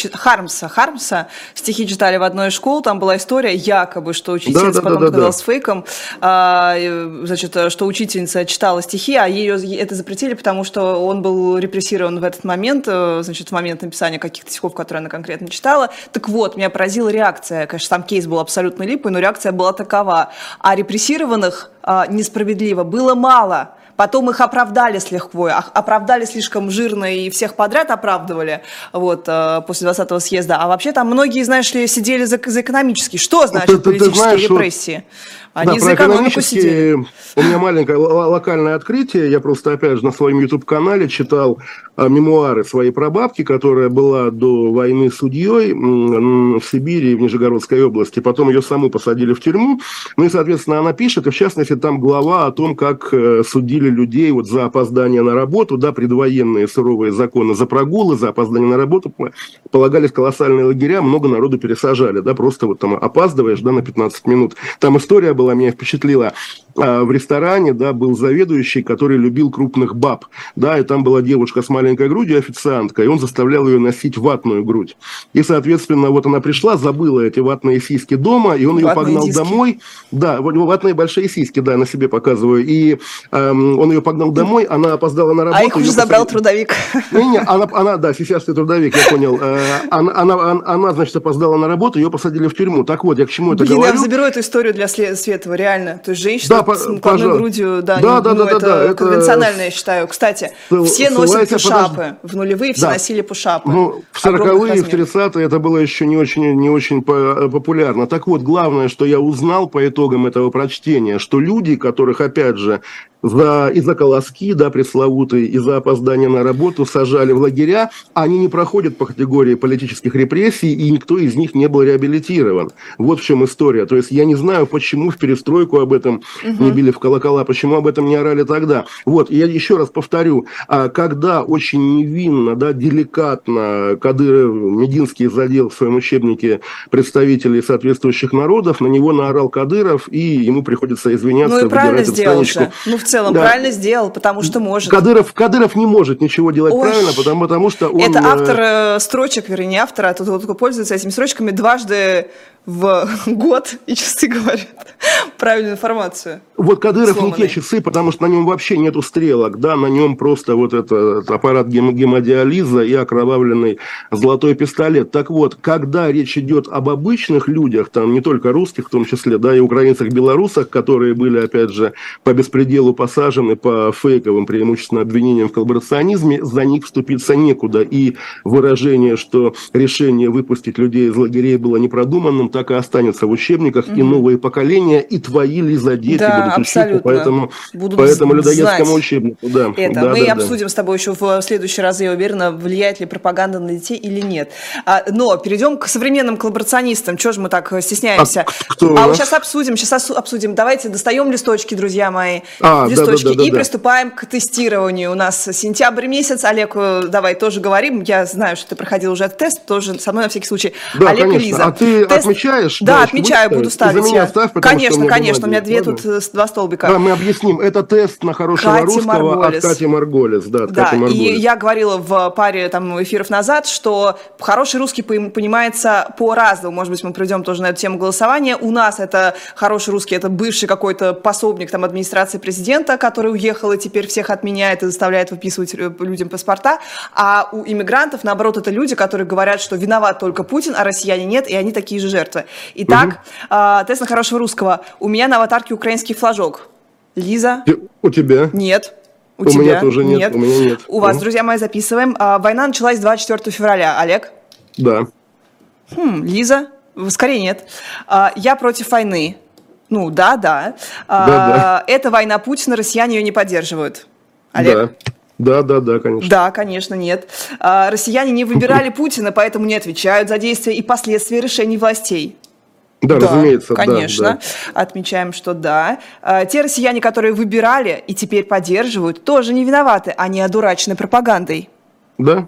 Хармса стихи читали в одной из школ, там была история, якобы, что учительница потом оказалась фейком, значит, что учительница читала стихи, а ее это запретили, потому что он был репрессирован в этот момент, значит, в момент написания каких-то стихов, которые она конкретно читала. Так вот, меня поразила реакция. Конечно, сам кейс был абсолютно липой, но реакция была такова. А репрессированных несправедливо, было мало. Потом их оправдали с лихвой, оправдали слишком жирно и всех подряд оправдывали вот, после 20-го съезда. А вообще там многие, знаешь ли, сидели за экономические. Что значит политические репрессии? Они за экономику сидели. У меня маленькое локальное открытие. Я просто, опять же, на своем YouTube-канале читал мемуары своей прабабки, которая была до войны судьей в Сибири и в Нижегородской области. Потом ее саму посадили в тюрьму. Ну и, соответственно, она пишет, и в частности, там глава о том, как судили людей вот за опоздание на работу, да, предвоенные суровые законы за прогулы, за опоздание на работу, полагались колоссальные лагеря, много народу пересажали, да, просто вот там опаздываешь, да, на 15 минут. Там история была, меня впечатлила. В ресторане, да, был заведующий, который любил крупных баб, да, и там была девушка с маленькой грудью, официантка, и он заставлял ее носить ватную грудь. И, соответственно, вот она пришла, забыла эти ватные сиськи дома, и он ее погнал домой. Да, ватные большие сиськи, да, на себе показываю. И он ее погнал домой, она опоздала на работу. А их уже забрал трудовик. Не, она, да, сисястый трудовик, я понял. Она, значит, опоздала на работу, ее посадили в тюрьму. Так вот, я к чему это говорю? Я заберу эту историю для Светова, реально. То есть женщина с накладной грудью, да, это конвенционально, я считаю. Кстати, все носят пушапы. В нулевые все носили пушапы. Ну, в 40-е, в 30-е это было еще не очень популярно. Так вот, главное, что я узнал по итогам этого прочтения, что люди, которых, опять же, из-за колоски, да, пресловутые, из-за опоздания на работу сажали в лагеря, они не проходят по категории политических репрессий, и никто из них не был реабилитирован. Вот в чем история. То есть я не знаю, почему в перестройку об этом не били в колокола, почему об этом не орали тогда. Вот, и я еще раз повторю, когда очень невинно, да, деликатно Кадыров, Мединский задел в своем учебнике представителей соответствующих народов, на него наорал Кадыров, и ему приходится извиняться. Ну и правильно сделал же. Ну, в целом, правильно сделал, потому что может. Кадыров не может ничего делать правильно, потому что он... Это автор строчек, вернее, не автор, а тот, кто пользуется этими строчками дважды в год и часы говорят правильную информацию. Вот Кадыров не те часы, потому что на нем вообще нету стрелок, да, на нем просто вот этот аппарат гемодиализа и окровавленный золотой пистолет. Так вот, когда речь идет об обычных людях, там не только русских в том числе, да, и украинцах, белорусах, которые были, опять же, по беспределу посажены по фейковым, преимущественно обвинениям в коллаборационизме, за них вступиться некуда. И выражение, что решение выпустить людей из лагерей было непродуманным, так и останется в учебниках, и новые поколения, и твои Лиза дети будут учиться по этому людоедскому учебнику. Да. Мы обсудим с тобой еще в следующий раз, я уверена, влияет ли пропаганда на детей или нет. Но перейдем к современным коллаборационистам. Чего же мы так стесняемся? Вот сейчас обсудим. Давайте достаем листочки, друзья мои, и приступаем к тестированию. У нас сентябрь месяц. Олег, давай тоже говорим. Я знаю, что ты проходил уже этот тест, тоже со мной на всякий случай. Да, Олег конечно. и Лиза. А ты отмечаешь? Да, отмечаю, буду ставить. Ставь, конечно. У меня два столбика. Да, мы объясним. Это тест на хорошего русского от Кати Марголес. Да, и я говорила в паре эфиров назад, что хороший русский понимается по-разному. Может быть, мы проведем тоже на эту тему голосования. У нас это хороший русский, это бывший какой-то пособник администрации президента, который уехал и теперь всех отменяет и заставляет выписывать людям паспорта. А у иммигрантов, наоборот, это люди, которые говорят, что виноват только Путин, а россияне нет, и они такие же жертвы. Итак, тест на хорошего русского. У меня на аватарке украинский флажок. Лиза? У тебя? Нет. У тебя? Меня тоже нет. У меня нет. У вас, друзья мои, записываем. Война началась 24 февраля. Олег? Да. Лиза? Скорее нет. Я против войны. Ну, да. Это война Путина, россияне ее не поддерживают. Олег? Да, конечно. Да, конечно, нет. Россияне не выбирали Путина, поэтому не отвечают за действия и последствия решений властей. Да, разумеется. Конечно. Да. Отмечаем, что да. Те россияне, которые выбирали и теперь поддерживают, тоже не виноваты, они одурачены пропагандой. Да.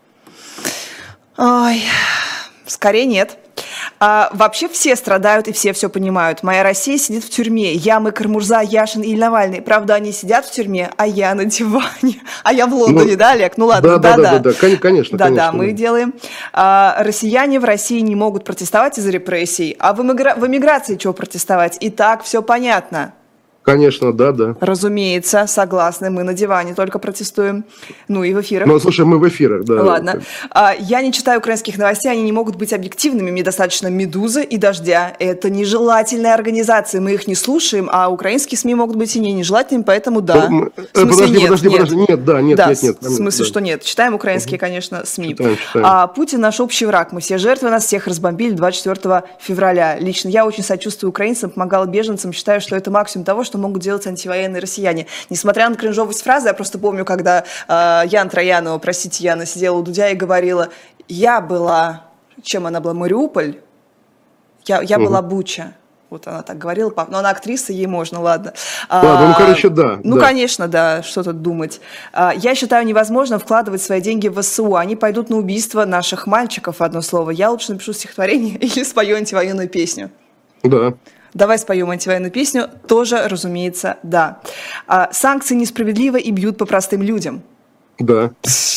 Ой, скорее нет. Вообще все страдают и все понимают. Моя Россия сидит в тюрьме. Я, Кармурза, Яшин и Навальный. Правда, они сидят в тюрьме, а я на диване. А я в Лондоне, да, Олег? Ну ладно, да. Конечно. Да, мы делаем. Россияне в России не могут протестовать из-за репрессий. А в эмиграции чего протестовать? И так все понятно. Конечно, да. Разумеется, согласны, мы на диване только протестуем. Ну и в эфирах. Ну, слушай, мы в эфирах, да. Ладно. Я не читаю украинских новостей, они не могут быть объективными. Мне достаточно «Медузы» и «Дождя». Это нежелательные организации, мы их не слушаем, а украинские СМИ могут быть и нежелательными, поэтому да. Подожди. Нет. В смысле, что нет. Читаем украинские, конечно, СМИ. Читаем. Путин наш общий враг. Мы все жертвы, нас всех разбомбили 24 февраля. Лично я очень сочувствую украинцам, помогала беженцам, считаю, что это максимум того, что могут делать антивоенные россияне. Несмотря на кринжовость фразы, я просто помню, когда Яна Троянова, простите, Яна, сидела у Дудя и говорила, я была, чем она была, Мариуполь, я была Буча. Вот она так говорила, но она актриса, ей можно, ладно. Да. Ну, конечно, да, что тут думать. Я считаю невозможно вкладывать свои деньги в ВСУ, они пойдут на убийство наших мальчиков, одно слово. Я лучше напишу стихотворение или спою антивоенную песню. Да. Давай споем антивоенную песню. Тоже, разумеется, да. Санкции несправедливы и бьют по простым людям. Да.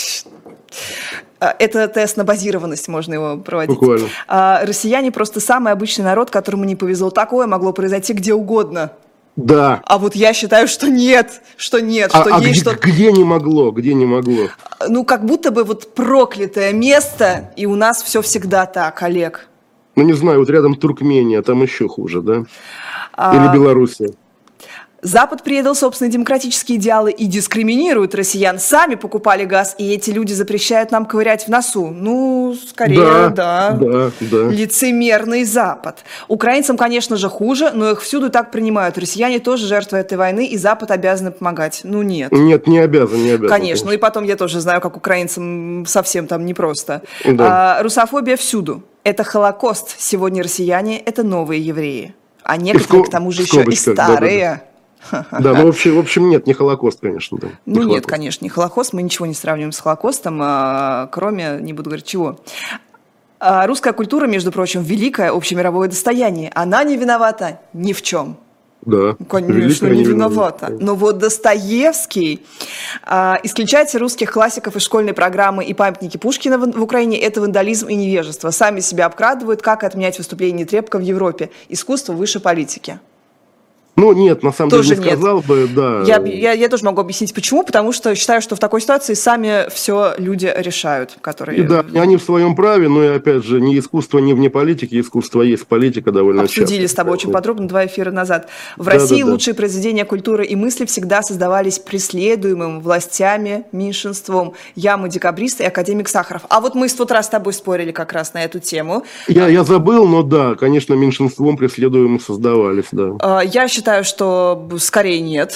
Это тест на базированность, можно его проводить. Буквально. Россияне просто самый обычный народ, которому не повезло. Такое могло произойти где угодно. Да. А вот я считаю, что нет, что есть что-то... Где не могло? Ну, как будто бы вот проклятое место, и у нас все всегда так, Олег. Ну, не знаю, вот рядом Туркмения, там еще хуже, да? Или Белоруссия. Запад предал собственные демократические идеалы и дискриминирует россиян. Сами покупали газ, и эти люди запрещают нам ковырять в носу. Ну, скорее, да. Лицемерный Запад. Украинцам, конечно же, хуже, но их всюду так принимают. Россияне тоже жертвы этой войны, и Запад обязан помогать. Ну, нет. Нет, не обязан. Конечно, ну и потом я тоже знаю, как украинцам совсем там непросто. Русофобия всюду. Это Холокост. Сегодня россияне – это новые евреи. А некоторые, к тому же, еще и старые. Да, ну в общем нет, не Холокост, конечно. Да. Ну нет, конечно, не Холокост, мы ничего не сравниваем с Холокостом, кроме, не буду говорить, чего. Русская культура, между прочим, великое общемировое достояние. Она не виновата ни в чем. Да. Конечно, не виновата. Но вот Достоевский, исключайте русских классиков из школьной программы и памятники Пушкина в Украине, это вандализм и невежество. Сами себя обкрадывают, как отменять выступление Нетребко в Европе. Искусство выше политики. Ну, нет, на самом тоже деле не сказал бы, да. Я тоже могу объяснить, почему, потому что считаю, что в такой ситуации сами все люди решают, которые... И да, они в своем праве, но и опять же, ни искусство, ни вне политики, искусство есть политика довольно часто. Обсудили с тобой очень подробно 2 эфира назад. В России лучшие произведения культуры и мысли всегда создавались преследуемым властями, меньшинством. Я, декабрист и академик Сахаров. А вот мы в тот раз с тобой спорили как раз на эту тему. Я забыл, но да, конечно, меньшинством преследуемым создавались, да. Я считаю, что скорее нет.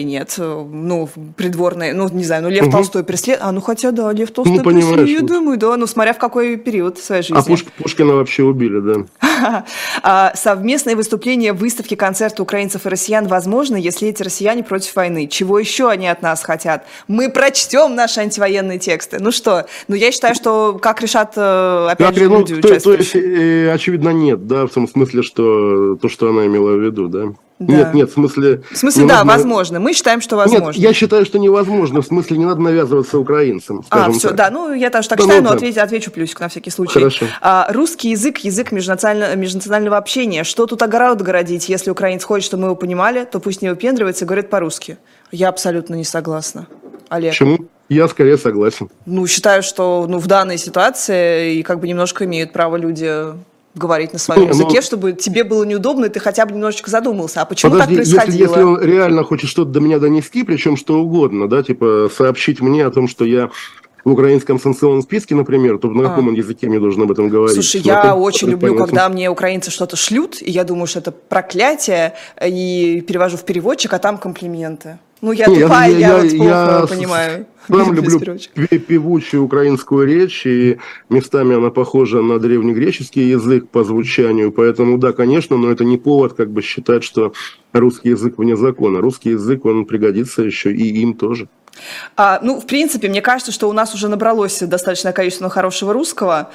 Ну, придворные, ну, не знаю, Лев Толстой преследует. Ну, хотя, да, Лев Толстой преследуемый, да, ну, смотря в какой период своей жизни. А Пушкина вообще убили, да. Совместные выступления, выставки, концерты украинцев и россиян возможны, если эти россияне против войны. Чего еще они от нас хотят? Мы прочтем наши антивоенные тексты. Ну что? Ну, я считаю, что как решат, опять же, люди участвующие. То есть, очевидно, нет, да, в том смысле, что то, что она имела в виду, да. Да. Нет, в смысле... В смысле, да, возможно. Мы считаем, что возможно. Нет, я считаю, что невозможно. В смысле, не надо навязываться украинцам, скажем все, так. Да, ну, я тоже так считаю, но отвечу плюсик на всякий случай. Хорошо. Русский язык межнационального общения. Что тут огород городить? Если украинец хочет, чтобы мы его понимали, то пусть не выпендривается и говорит по-русски. Я абсолютно не согласна. Олег. Почему? Я скорее согласен. Ну, считаю, что в данной ситуации и как бы немножко имеют право люди... говорить на своем языке, чтобы тебе было неудобно, и ты хотя бы немножечко задумался. А почему так происходило? Если он реально хочет что-то до меня донести, причем что угодно, да, типа сообщить мне о том, что я в украинском санкционном списке, например, то на каком языке мне должен об этом говорить? Слушай, я очень люблю, когда мне украинцы что-то шлют, и я думаю, что это проклятие, и перевожу в переводчик, а там комплименты. Ну, я тупая, я вот плохо понимаю. Сам люблю певучую украинскую речь, и местами она похожа на древнегреческий язык по звучанию, поэтому, да, конечно, но это не повод как бы считать, что русский язык вне закона. Русский язык, он пригодится еще и им тоже. Ну, в принципе, мне кажется, что у нас уже набралось достаточное количество хорошего русского.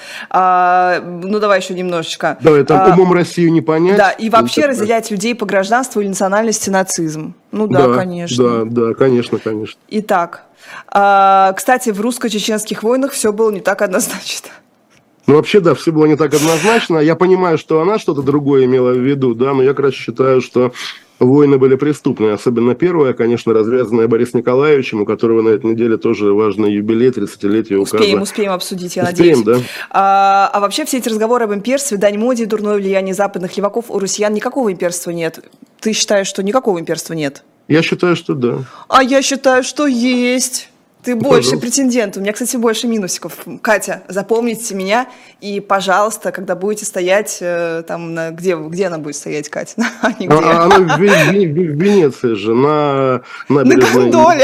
Ну, давай еще немножечко. Давай, там умом Россию не понять. Да, и вообще разделять людей по гражданству или национальности нацизм. Ну да, конечно. Да, конечно. Итак, кстати, в русско-чеченских войнах все было не так однозначно. Ну, вообще, да, все было не так однозначно. Я понимаю, что она что-то другое имела в виду, да, но я как раз считаю, что войны были преступные, особенно первая, конечно, развязанная Борисом Николаевичем, у которого на этой неделе тоже важный юбилей, 30-летие указа. Успеем обсудить, я надеюсь. Да. А вообще все эти разговоры об имперстве, дань моде, дурное влияние западных леваков, у россиян никакого имперства нет. Ты считаешь, что никакого имперства нет? Я считаю, что да. А я считаю, что есть. Ты больше претендент. У меня, кстати, больше минусиков. Катя, запомните меня. И, пожалуйста, когда будете стоять там, где она будет стоять, Катя? Она в Венеции же, на гондоле.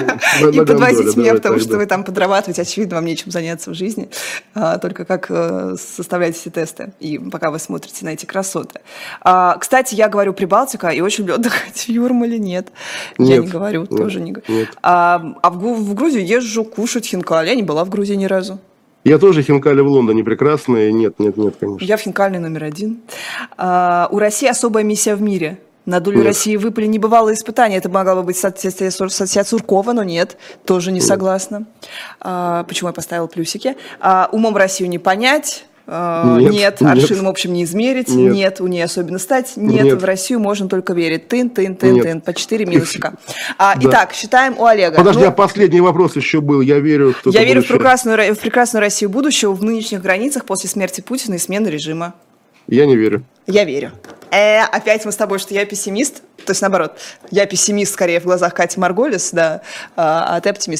И подвозить мне, потому что вы там подрабатываете. Очевидно, вам нечем заняться в жизни. Только как составлять эти тесты. И пока вы смотрите на эти красоты. Кстати, я говорю Прибалтика и очень люблю отдыхать в Юрмале. Нет, я не говорю, тоже не говорю. В Грузию езжу кушать хинкали. Я не была в Грузии ни разу. Я тоже хинкали в Лондоне прекрасные. Нет, конечно. Я в хинкальной номер 1. У России особая миссия в мире. На долю России выпали небывалые испытания. Это могло бы быть статья Суркова, но нет, тоже не согласна. Почему я поставила плюсики? Умом Россию не понять. Нет, аршином, в общем, не измерить. Нет, у нее особенно стать. Нет, в Россию можно только верить. Тын. По 4 минусика. Итак, считаем у Олега. Подожди, а последний вопрос еще был. Я верю в прекрасную Россию будущего в нынешних границах после смерти Путина и смены режима. Я не верю. Я верю. Опять мы с тобой, что я пессимист. То есть, наоборот, я пессимист скорее в глазах Кати Марголис, да, а ты оптимист.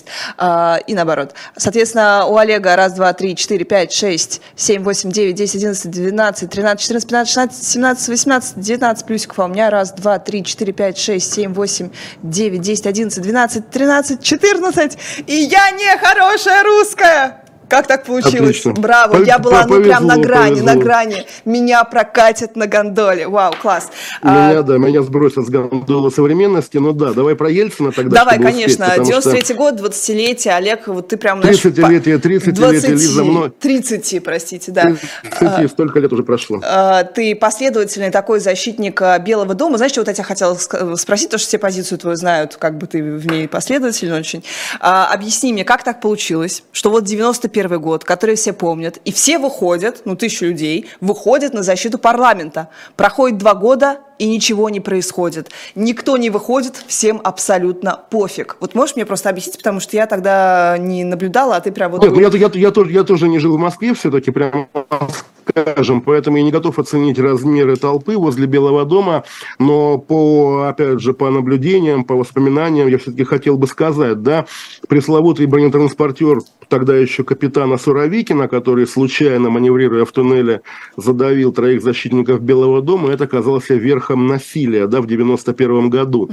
И наоборот. Соответственно, у Олега 1, 2, 3, 4, 5, 6, 7, 8, 9, 10, 11, 12, 13, 14, 15, 16, 17, 18, 19 плюсиков. А у меня 1, 2, 3, 4, 5, 6, 7, 8, 9, 10, 11, 12, 13, 14. И я не хорошая русская! Как так получилось? Отлично. Браво! Я была прям на грани. Меня прокатят на гондоле. Вау, класс. Меня сбросят с гондолы современности. Ну да, давай про Ельцина тогда. Давай, конечно. 93-й год, 20-летие. Олег, вот ты прям... 30-летие, Лиза, мной. 30, простите, да. 30, столько лет уже прошло. Ты последовательный такой защитник Белого дома. Знаешь, что вот я тебя хотела спросить, потому что все позицию твою знают, как бы ты в ней последовательный очень. Объясни мне, как так получилось, что вот 91 год, который все помнят, и все выходят, 1000 людей, выходят на защиту парламента. Проходит 2 года, и ничего не происходит. Никто не выходит, всем абсолютно пофиг. Вот можешь мне просто объяснить, потому что я тогда не наблюдала, а ты прям вот... Нет, я тоже не жил в Москве все-таки, прям скажем, поэтому я не готов оценить размеры толпы возле Белого дома, но опять же, по наблюдениям, по воспоминаниям, я все-таки хотел бы сказать, да, пресловутый бронетранспортер тогда еще капитана Суровикина, который, случайно маневрируя в туннеле, задавил 3 защитников Белого дома, это оказался верхом насилия, да, в 91 году.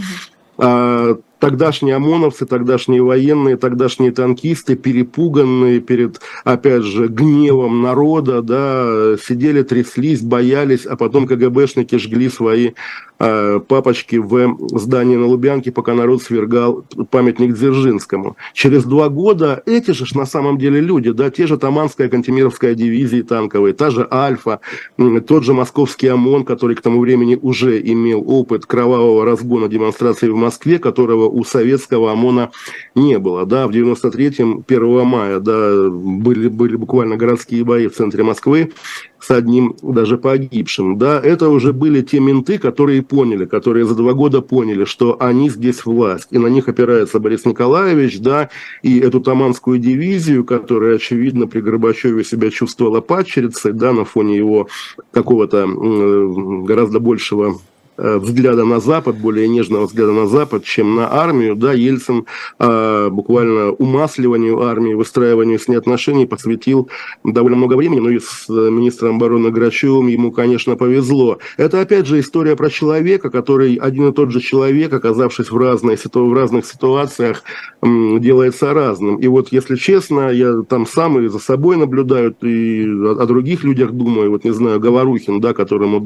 Тогдашние ОМОНовцы, тогдашние военные, тогдашние танкисты, перепуганные перед, опять же, гневом народа, да, сидели, тряслись, боялись, а потом КГБшники жгли свои папочки в здании на Лубянке, пока народ свергал памятник Дзержинскому. Через 2 года эти же на самом деле люди, да, те же Таманская Кантемировская дивизия танковая, та же Альфа, тот же московский ОМОН, который к тому времени уже имел опыт кровавого разгона демонстраций в Москве, которого у советского ОМОНа не было. Да, в 93-м, 1 мая, да, были буквально городские бои в центре Москвы с одним даже погибшим. Да, это уже были те менты, которые за 2 года поняли, что они здесь власть. И на них опирается Борис Николаевич, да, и эту Таманскую дивизию, которая, очевидно, при Горбачеве себя чувствовала падчерицей, да, на фоне его какого-то гораздо большего взгляда на Запад, более нежного взгляда на Запад, чем на армию, да, Ельцин буквально умасливанию армии, выстраиванию с ней отношений посвятил довольно много времени, но и с министром обороны Грачевым ему, конечно, повезло. Это, опять же, история про человека, который один и тот же человек, оказавшись в разных ситуациях, делается разным. И вот, если честно, я там сам и за собой наблюдаю, и о других людях думаю, вот, не знаю, Говорухин, да, которому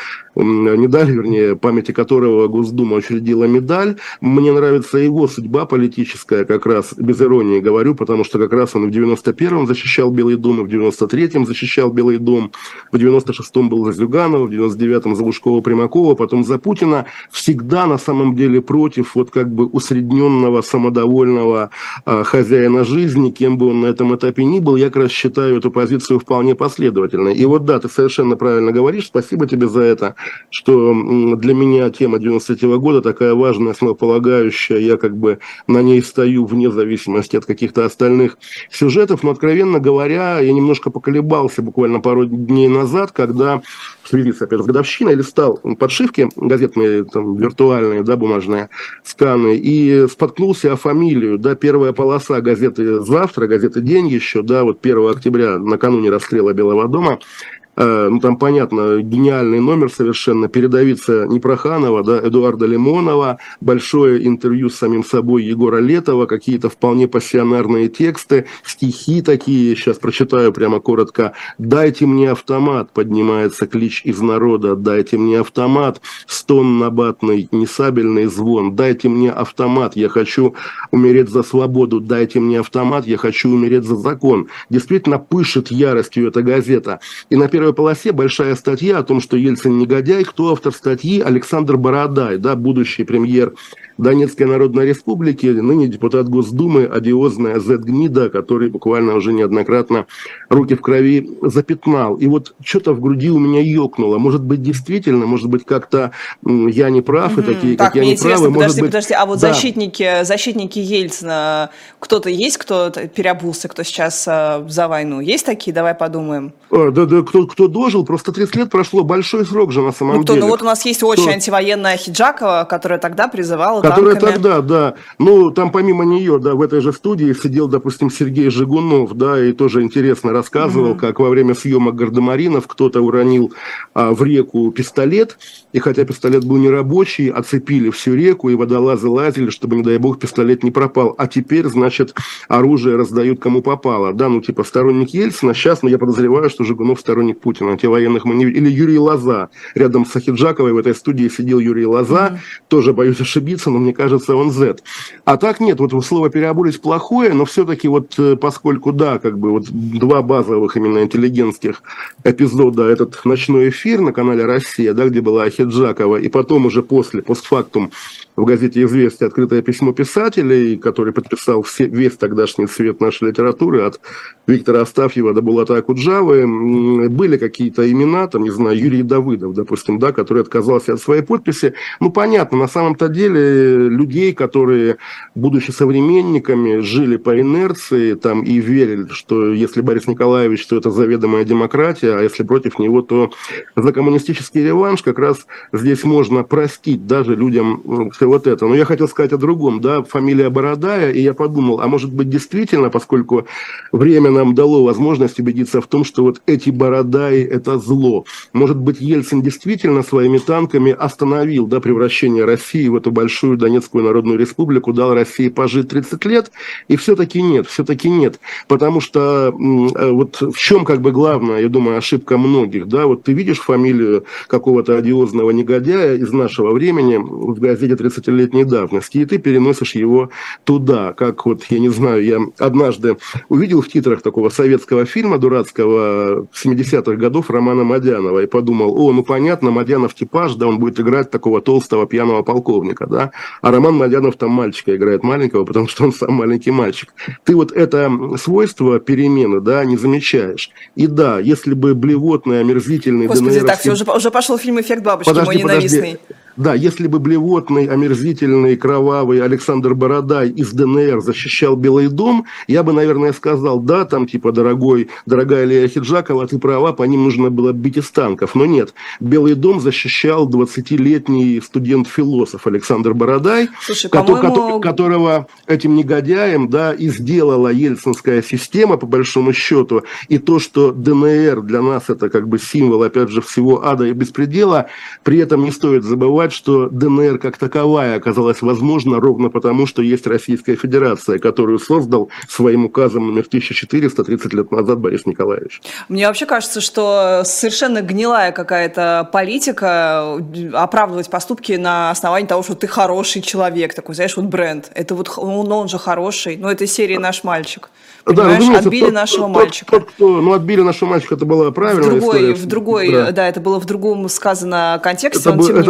памяти которого Госдума учредила медаль. Мне нравится его судьба политическая, как раз, без иронии говорю, потому что как раз он в 91-м защищал Белый дом, и в 93-м защищал Белый дом, в 96-м был за Зюганова, в 99-м за Лужкова-Примакова, потом за Путина. Всегда на самом деле против вот как бы усредненного, самодовольного хозяина жизни, кем бы он на этом этапе ни был. Я как раз считаю эту позицию вполне последовательной. И вот да, ты совершенно правильно говоришь, спасибо тебе за это, что для меня тема 93-го года такая важная, основополагающая, я как бы на ней стою вне зависимости от каких-то остальных сюжетов, но, откровенно говоря, я немножко поколебался буквально пару дней назад, когда в связи с, опять, годовщиной листал подшивки газетные, там, виртуальные, да, бумажные сканы, и споткнулся о фамилию, да, первая полоса газеты «Завтра», газеты «День» еще, да, вот 1 октября, накануне расстрела Белого дома. Ну, там, понятно, гениальный номер совершенно, передовица Непроханова, да, Эдуарда Лимонова, большое интервью с самим собой Егора Летова, какие-то вполне пассионарные тексты, стихи такие, сейчас прочитаю прямо коротко. «Дайте мне автомат», поднимается клич из народа, «дайте мне автомат», стон набатный, несабельный звон, «дайте мне автомат, я хочу умереть за свободу», «дайте мне автомат, я хочу умереть за закон». Действительно пышет яростью эта газета. И на первой полосе большая статья о том, что Ельцин негодяй. Кто автор статьи? Александр Бородай, да, будущий премьер Донецкой Народной Республики, ныне депутат Госдумы, одиозная Z-гнида, который буквально уже неоднократно руки в крови запятнал. И вот что-то в груди у меня ёкнуло. Может быть, действительно, может быть, как-то я не прав, и такие, так, как я мне не прав. подожди, а вот да. защитники Ельцина, кто-то есть, кто переобулся, кто сейчас за войну? Есть такие? Давай подумаем. Да, кто дожил, просто 30 лет прошло, большой срок же на самом деле. Ну вот у нас есть очень антивоенная Хиджакова, которая тогда призывала которая танками. Тогда, да. Ну, там помимо нее, да, в этой же студии сидел, допустим, Сергей Жигунов, да, и тоже интересно рассказывал, как во время съемок «Гардемаринов» кто-то уронил в реку пистолет, и хотя пистолет был не рабочий, оцепили всю реку, и водолазы лазили, чтобы, не дай бог, пистолет не пропал. А теперь, значит, оружие раздают кому попало, да, ну, типа, сторонник Ельцина. Сейчас, я подозреваю, что Жигунов сторонник Путина, антивоенных маневров. Или Юрий Лоза. Рядом с Ахиджаковой в этой студии сидел Юрий Лоза, тоже боюсь ошибиться, но мне кажется, он Z. А так нет, вот слово «переобулись» плохое, но все-таки вот поскольку, да, как бы вот два базовых именно интеллигентских эпизода, этот ночной эфир на канале «Россия», да, где была Ахиджакова, и потом уже постфактум в газете «Известия» открытое письмо писателей, который подписал весь тогдашний цвет нашей литературы, от Виктора Астафьева до Булата Акуджавы, были какие-то имена, там, не знаю, Юрий Давыдов, допустим, да, который отказался от своей подписи. Ну, понятно, на самом-то деле людей, которые, будучи современниками, жили по инерции там, и верили, что если Борис Николаевич, то это заведомая демократия, а если против него, то за коммунистический реванш, как раз здесь можно простить даже людям все вот это. Но я хотел сказать о другом, да, фамилия Бородая, и я подумал, а может быть действительно, поскольку время нам дало возможность убедиться в том, что вот эти Бородаи – это зло. Может быть, Ельцин действительно своими танками остановил, да, превращение России в эту большую Донецкую Народную Республику, дал России пожить 30 лет, и все-таки нет, потому что вот в чем как бы главная, я думаю, ошибка многих, да, вот ты видишь фамилию какого-то одиозного негодяя из нашего времени в газете 30-летней давности, и ты переносишь его туда, как вот, я не знаю, я однажды увидел в титрах такого советского фильма дурацкого 70-х годов Романа Мадянова и подумал, ну понятно, Мадянов типаж, да, он будет играть такого толстого пьяного полковника, да, а Роман Мадянов там мальчика играет маленького, потому что он сам маленький мальчик. Ты вот это свойство перемены, да, не замечаешь. И да, если бы блевотный, омерзительный ДНРовский... так, уже пошел фильм «Эффект бабочки», мой ненавистный. Да, если бы блевотный, омерзительный, кровавый Александр Бородай из ДНР защищал Белый дом, я бы, наверное, сказал, да, там типа, дорогая Лея Хиджакова, ты права, по ним нужно было бить из танков. Но нет, Белый дом защищал 20-летний студент-философ Александр Бородай, которого этим негодяем, да, и сделала ельцинская система, по большому счету. И то, что ДНР для нас это как бы символ, опять же, всего ада и беспредела, при этом не стоит забывать, что ДНР как таковая оказалась возможна ровно потому, что есть Российская Федерация, которую создал своим указом номер 1400 30 лет назад Борис Николаевич. Мне вообще кажется, что совершенно гнилая какая-то политика оправдывать поступки на основании того, что ты хороший человек, такой, знаешь, вот бренд. Это вот он же хороший, но это серия «Наш мальчик». Понимаешь, да, отбили нашего мальчика. Отбили нашего мальчика, это была правильная история. Да, это было в другом сказано контексте, но тем не менее. Это было в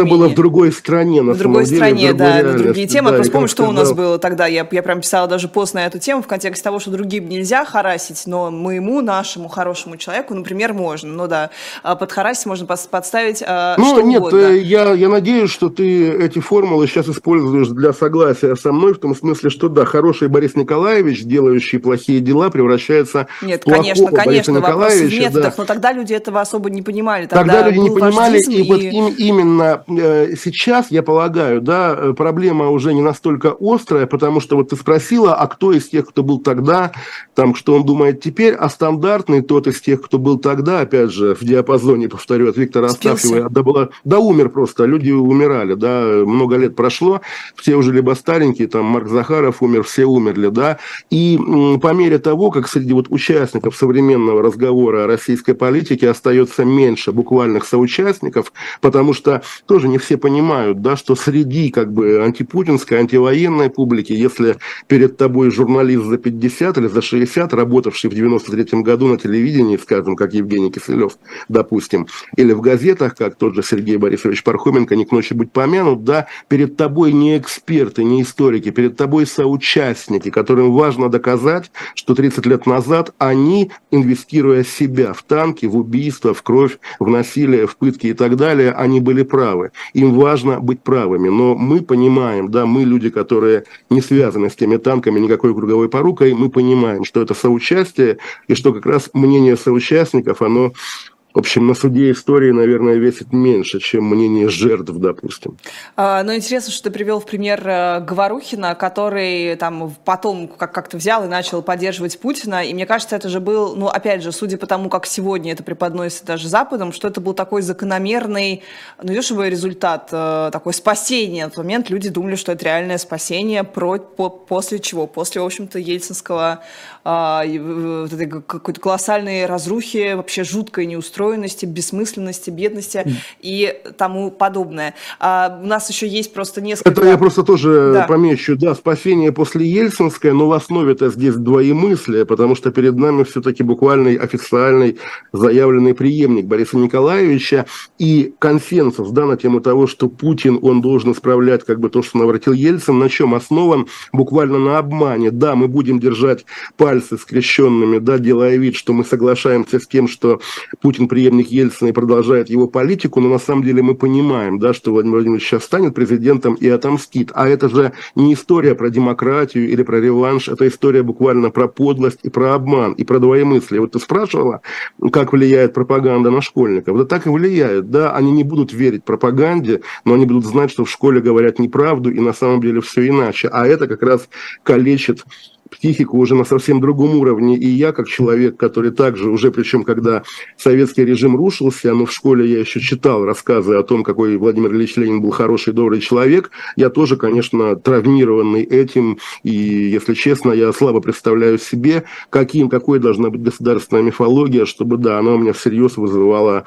другой стране, на в другой самом стране, деле, да, на другие темы. Да, Я просто помню, что у нас сказал... было тогда. Я прям писала даже пост на эту тему в контексте того, что другим нельзя харасить, но нашему хорошему человеку, например, можно. Ну да, под харасить можно подставить что угодно. Я надеюсь, что ты эти формулы сейчас используешь для согласия со мной, в том смысле, что да, хороший Борис Николаевич, делающий плохие дела, превращается в плохого Бориса Вопрос в Николаевича. методах, но тогда люди этого особо не понимали. Тогда люди не понимали, и вот именно сейчас, я полагаю, да, проблема уже не настолько острая, потому что вот ты спросила, а кто из тех, кто был тогда, там, что он думает теперь, а стандартный тот из тех, кто был тогда, опять же, в диапазоне, повторю, от Виктора Астафьева, да умер просто, люди умирали, да, много лет прошло, все уже либо старенькие, там, Марк Захаров умер, все умерли, да, и по мере того, как среди вот участников современного разговора о российской политике остается меньше буквальных соучастников, потому что тоже не все понимают, да, что среди как бы антипутинской, антивоенной публики, если перед тобой журналист за 50 или за 60, работавший в 93-м году на телевидении, скажем, как Евгений Киселев, допустим, или в газетах, как тот же Сергей Борисович Пархоменко, не к ночи будь помянут, да, перед тобой не эксперты, не историки, перед тобой соучастники, которым важно доказать, что 30 лет назад они, инвестируя себя в танки, в убийства, в кровь, в насилие, в пытки и так далее, они были правы. Им важно быть правыми. Но мы понимаем, да, мы люди, которые не связаны с теми танками никакой круговой порукой, мы понимаем, что это соучастие, и что как раз мнение соучастников, оно... В общем, на суде истории, наверное, весит меньше, чем мнение жертв, допустим. Но интересно, что ты привел в пример Говорухина, который там потом как-то взял и начал поддерживать Путина. И мне кажется, это же был, ну, опять же, судя по тому, как сегодня это преподносится даже Западом, что это был такой закономерный, ну, не чтобы результат, такое спасение. На тот момент люди думали, что это реальное спасение, после чего? После, в общем-то, ельцинского какой-то колоссальной разрухи, вообще жуткой неустроенности, бессмысленности, бедности и тому подобное. У нас еще есть просто несколько... Это я просто тоже помечу, да, спасение после ельцинское, но в основе-то здесь двоемыслие, потому что перед нами все-таки буквальный официальный заявленный преемник Бориса Николаевича и консенсус, да, на тему того, что Путин, он должен исправлять как бы то, что наворотил Ельцин, на чем основан? Буквально на обмане. Да, мы будем держать пальцы скрещенными, да, делая вид, что мы соглашаемся с тем, что Путин преемник Ельцина и продолжает его политику, но на самом деле мы понимаем, да, что Владимир Владимирович сейчас станет президентом и отомстит. А это же не история про демократию или про реванш, это история буквально про подлость и про обман, и про двоемыслие. Вот ты спрашивала, как влияет пропаганда на школьников. Да так и влияет, да, они не будут верить пропаганде, но они будут знать, что в школе говорят неправду, и на самом деле все иначе. А это как раз калечит психику уже на совсем другом уровне. И я, как человек, который также уже, причем когда советский режим рушился, но в школе я еще читал рассказы о том, какой Владимир Ильич Ленин был хороший, добрый человек, я тоже, конечно, травмированный этим. И, если честно, я слабо представляю себе, какой должна быть государственная мифология, чтобы, да, она у меня всерьез вызывала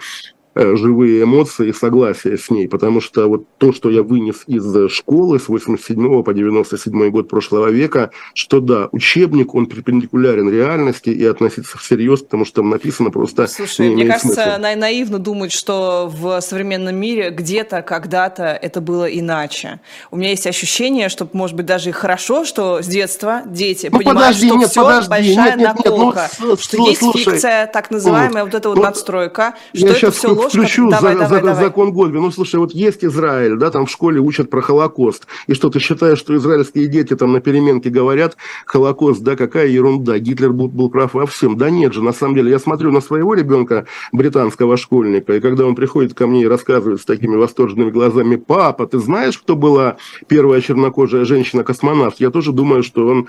живые эмоции и согласие с ней, потому что вот то, что я вынес из школы с 87 по 97 год прошлого века, что да, учебник, он перпендикулярен реальности и относится всерьез, потому что там написано просто... Слушай, мне кажется, наивно думать, что в современном мире где-то, когда-то это было иначе. У меня есть ощущение, что, может быть, даже и хорошо, что с детства дети понимают, что все большая наколка, что есть фикция, так называемая, вот эта вот надстройка, что это все включу закон Гольби. Ну, слушай, вот есть Израиль, да, там в школе учат про Холокост. И что, ты считаешь, что израильские дети там на переменке говорят, Холокост, да, какая ерунда, Гитлер был прав во всем. Да нет же, на самом деле, я смотрю на своего ребенка, британского школьника, и когда он приходит ко мне и рассказывает с такими восторженными глазами: папа, ты знаешь, кто была первая чернокожая женщина-космонавт? Я тоже думаю, что он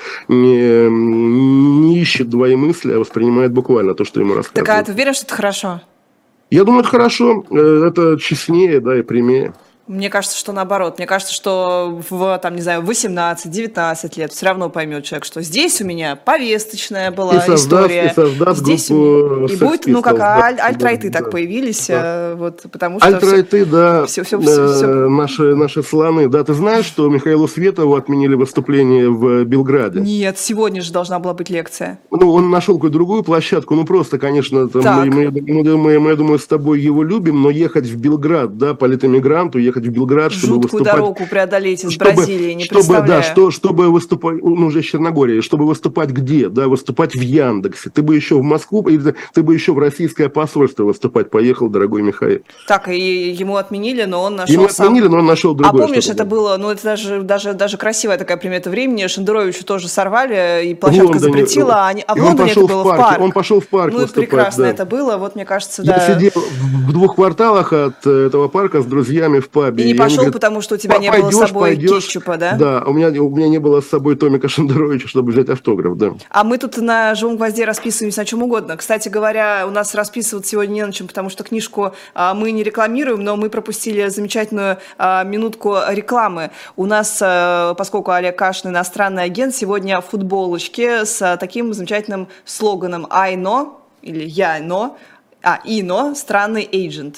не ищет двоемыслия, а воспринимает буквально то, что ему рассказывают. Так, а ты веришь, что это хорошо? Я думаю, это хорошо, это честнее, да, и прямее. Мне кажется, что наоборот. Мне кажется, что в, там, не знаю, 18-19 лет все равно поймет человек, что здесь у меня повесточная была история. И создаст здесь группу и будет, ну, как альт-райты так появились, вот, потому что... Альт-райты, да, наши слоны. Да, ты знаешь, что Михаилу Светову отменили выступление в Белграде? Нет, сегодня же должна была быть лекция. Ну, он нашел какую-то другую площадку, ну, просто, конечно, там, мы, я думаю, с тобой его любим, но ехать в Белград, да, политэмигранту, ехать ехать в Белград, чтобы жуткую выступать. дорогу преодолеть из Бразилии, не представляю. Чтобы выступать, ну, уже из Черногории, чтобы выступать где? Да, выступать в Яндексе. Ты бы еще в Москву, или ты бы еще в российское посольство выступать поехал, дорогой Михаил. Так, и ему отменили, но он нашел Ему отменили, но он нашел другое. А помнишь, это было, ну, это даже красивая такая примета времени, Шендеровичу тоже сорвали, и площадка запретила, а в Лондоне это было в парк. Он пошел в парк выступать. Ну, прекрасно это было, вот, мне кажется, да. Я сидел в 2 кварталах от этого парка с друзьями в пабе. И не пошел, потому что у тебя не было с собой кетчупа, да? Да, у меня не было с собой Томика Шендеровича, чтобы взять автограф, да. А мы тут на «Живом гвозде» расписываемся на чем угодно. Кстати говоря, у нас расписываться сегодня не на чем, потому что книжку мы не рекламируем, но мы пропустили замечательную минутку рекламы. У нас, поскольку Олег Кашин иностранный агент, сегодня в футболочке с таким замечательным слоганом «I know» или «Я know», «И know» странный agent.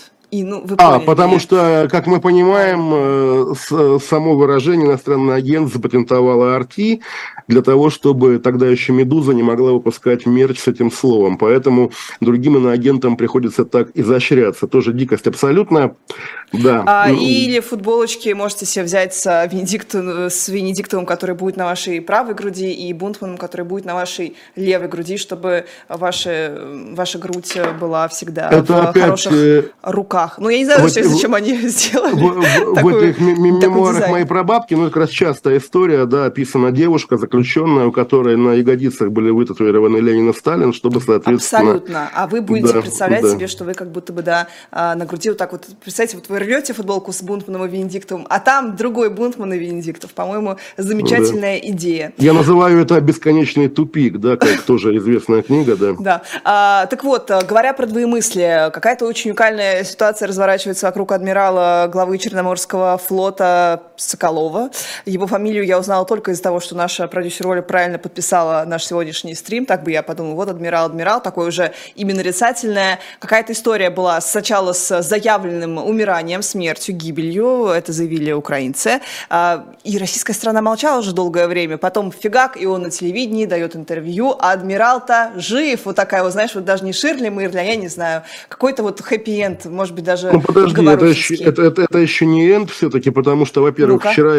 Потому что, как мы понимаем, само выражение иностранный агент запатентовала RT для того, чтобы тогда еще «Медуза» не могла выпускать мерч с этим словом. Поэтому другим иноагентам приходится так изощряться. Тоже дикость абсолютная. Да. Или футболочки можете себе взять с Венедиктовым, который будет на вашей правой груди, и Бунтманом, который будет на вашей левой груди, чтобы ваша грудь была всегда в хороших руках. Ну, я не знаю, зачем они сделали. В этих мемуарах моей прабабки, ну, как раз частая история, да, описана девушка, заключенная, у которой на ягодицах были вытатуированы Ленин и Сталин, чтобы, соответственно... Абсолютно. А вы будете представлять себе, что вы как будто бы, на груди вот так вот, представьте, вот вы рвете футболку с Бунтманом и Венедиктовым, а там другой Бунтман и Венедиктов. По-моему, замечательная идея. Я называю это «Бесконечный тупик», да, как тоже известная книга, да. Да. Так вот, говоря про двоемыслие, какая-то очень уникальная ситуация разворачивается вокруг адмирала главы Черноморского флота Соколова. Его фамилию я узнала только из-за того, что наша продюсер Оля правильно подписала наш сегодняшний стрим. Так бы я подумала, вот адмирал, такое уже имя нарицательное. Какая-то история была сначала с заявленным умиранием, смертью, гибелью. Это заявили украинцы. И российская страна молчала уже долгое время. Потом фигак, и он на телевидении дает интервью. А адмирал-то жив. Вот такая, вот, знаешь, вот даже не Ширли Мырли, а я не знаю, какой-то вот хэппи-энд, может быть, даже подожди, это еще не энд все-таки, потому что, во-первых,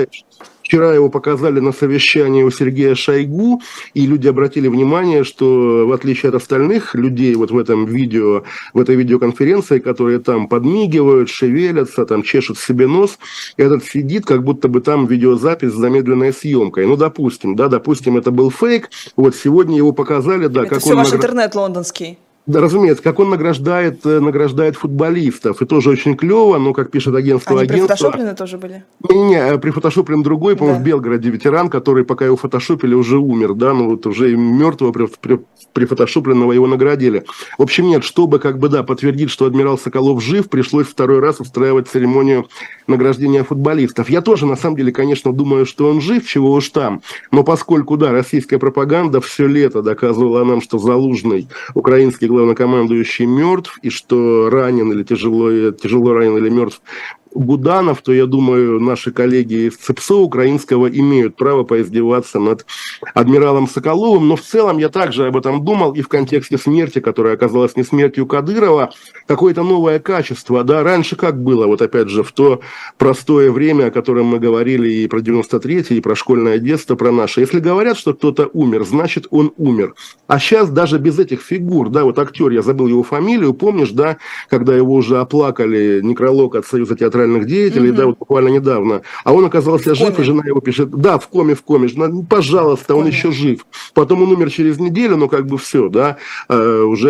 вчера его показали на совещании у Сергея Шойгу, и люди обратили внимание, что в отличие от остальных людей вот в этом видео, в этой видеоконференции, которые там подмигивают, шевелятся, там чешут себе нос, этот сидит, как будто бы там видеозапись с замедленной съемкой. Ну, допустим, это был фейк, вот сегодня его показали, да. Это все ваш интернет лондонский. Да, разумеется, как он награждает футболистов. И тоже очень клево, но, как пишет агентство... Они прифотошоплены тоже были? Не, прифотошоплен другой, по-моему, в Белгороде ветеран, который, пока его фотошопили, уже умер, да, ну вот уже мертвого прифотошопленного его наградили. В общем, нет, чтобы подтвердить, что адмирал Соколов жив, пришлось второй раз устраивать церемонию награждения футболистов. Я тоже, на самом деле, конечно, думаю, что он жив, чего уж там, но поскольку, да, российская пропаганда все лето доказывала нам, что Залужный, украинский главнокомандующий, мертв, и что ранен или тяжело ранен или мертв Буданов, то, я думаю, наши коллеги из ЦИПСО украинского имеют право поиздеваться над адмиралом Соколовым, но в целом я также об этом думал, и в контексте смерти, которая оказалась не смертью Кадырова, какое-то новое качество, да, раньше как было, вот опять же, в то простое время, о котором мы говорили и про 93-й, и про школьное детство, про наше, если говорят, что кто-то умер, значит, он умер, а сейчас даже без этих фигур, да, вот актер, я забыл его фамилию, помнишь, да, когда его уже оплакали, некролог от Союза театральных деятелей, да, вот буквально недавно, а он оказался жив, и жена его пишет, да, в коме, пожалуйста, он еще жив. Потом он умер через неделю, но все, да, уже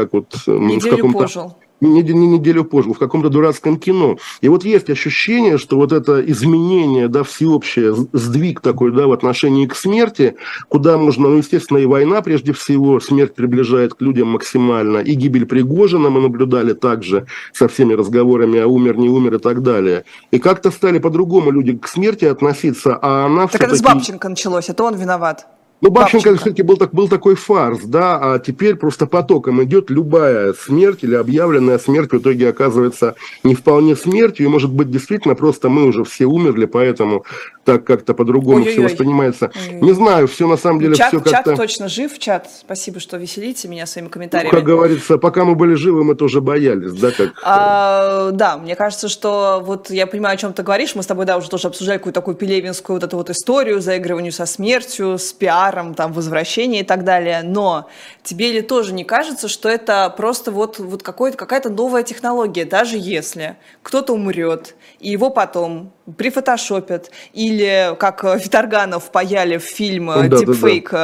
неделю пожил. Неделю позже, в каком-то дурацком кино. И вот есть ощущение, что вот это изменение, да, всеобщее, сдвиг такой, да, в отношении к смерти, куда можно, ну, естественно, и война, прежде всего, смерть приближает к людям максимально, и гибель Пригожина мы наблюдали также со всеми разговорами о умер, не умер и так далее. И как-то стали по-другому люди к смерти относиться, а она так это с Бабченко началось, это он виноват. Ну, Бабченко все-таки был такой фарс, да, а теперь просто потоком идет любая смерть или объявленная смерть в итоге оказывается не вполне смертью, и, может быть, действительно просто мы уже все умерли, поэтому так как-то по-другому все воспринимается. Не знаю, все на самом деле все как-то... Чат точно жив, чат. Спасибо, что веселите меня своими комментариями. Как говорится, пока мы были живы, мы тоже боялись, да? Да, мне кажется, что вот я понимаю, о чем ты говоришь. Мы с тобой, да, уже тоже обсуждали какую-то такую пелевинскую вот эту вот историю, заигрыванию со смертью, с пиаром, там, возвращение и так далее. Но тебе ли тоже не кажется, что это просто вот какая-то новая технология, даже если кто-то умрет, и его потом прифотошопят, или как Виторгана впаяли в фильм дипфейк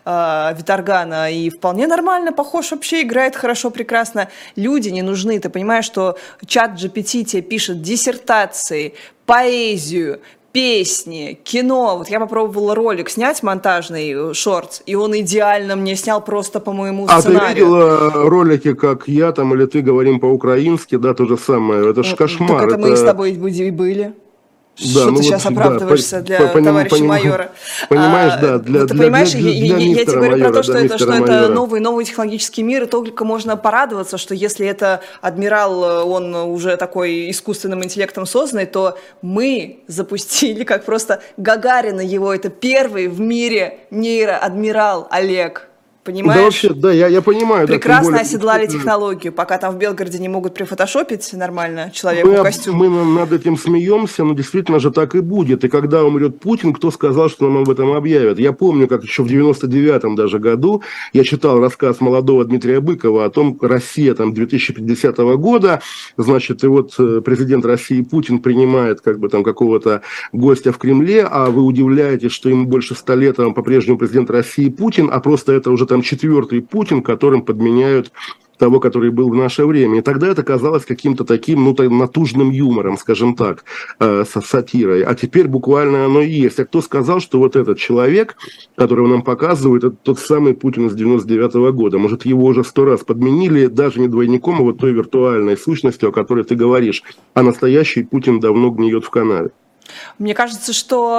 Виторгана, и вполне нормально, похож, вообще играет хорошо, прекрасно. Люди не нужны, ты понимаешь, что чат GPT тебе пишет диссертации, поэзию, песни, кино. Вот я попробовала ролик снять, монтажный, шорт, и он идеально мне снял просто по моему сценарию. А ты видела ролики, как я там или ты говорим по-украински, да, то же самое? Это ж кошмар. Так это мы с тобой и были. Да, что ты сейчас оправдываешься для товарища майора. Понимаешь, да, для ты понимаешь, я тебе говорю про то, что это новый технологический мир, и только можно порадоваться, что если это адмирал, он уже такой искусственным интеллектом созданный, то мы запустили, как просто Гагарина его, это первый в мире нейроадмирал Олег. Понимаешь? Да, вообще, да, я понимаю. Прекрасно да, оседлали технологию, пока там в Белгороде не могут прифотошопить нормально человеку в костюм. Мы над этим смеемся, но действительно же так и будет. И когда умрет Путин, кто сказал, что нам об этом объявят? Я помню, как еще в 99-м даже году я читал рассказ молодого Дмитрия Быкова о том, Россия там 2050 года, значит, и вот президент России Путин принимает как бы там какого-то гостя в Кремле, а вы удивляетесь, что ему больше 100 лет, а он по-прежнему президент России Путин, а просто это уже там четвертый Путин, которым подменяют того, который был в наше время. И тогда это казалось каким-то таким, натужным юмором, скажем так, сатирой. А теперь буквально оно и есть. А кто сказал, что вот этот человек, которого нам показывают, это тот самый Путин из 99-го года? Может, его уже 100 раз подменили, даже не двойником, а вот той виртуальной сущностью, о которой ты говоришь. А настоящий Путин давно гниет в канаве. Мне кажется,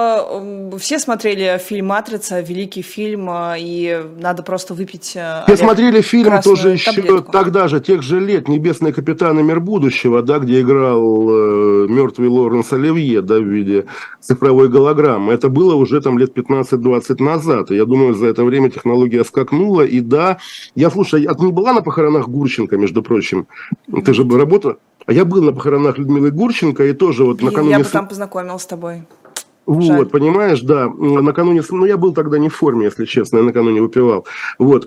что все смотрели фильм «Матрица», великий фильм, и надо просто выпить все смотрели фильм тоже еще таблетку. Тогда же, тех же лет, «Небесный капитан и мир будущего», да, где играл мертвый Лоренс Оливье, да, в виде цифровой голограммы. Это было уже там лет 15-20 назад. И я думаю, за это время технология скакнула. И да, слушай, а ты не была на похоронах Гурченко, между прочим? Ты же работала? А я был на похоронах Людмилы Гурченко, и тоже вот накануне... Я бы там познакомилась с тобой. Вот, жаль. Понимаешь, да, накануне, я был тогда не в форме, если честно, я накануне выпивал. Вот,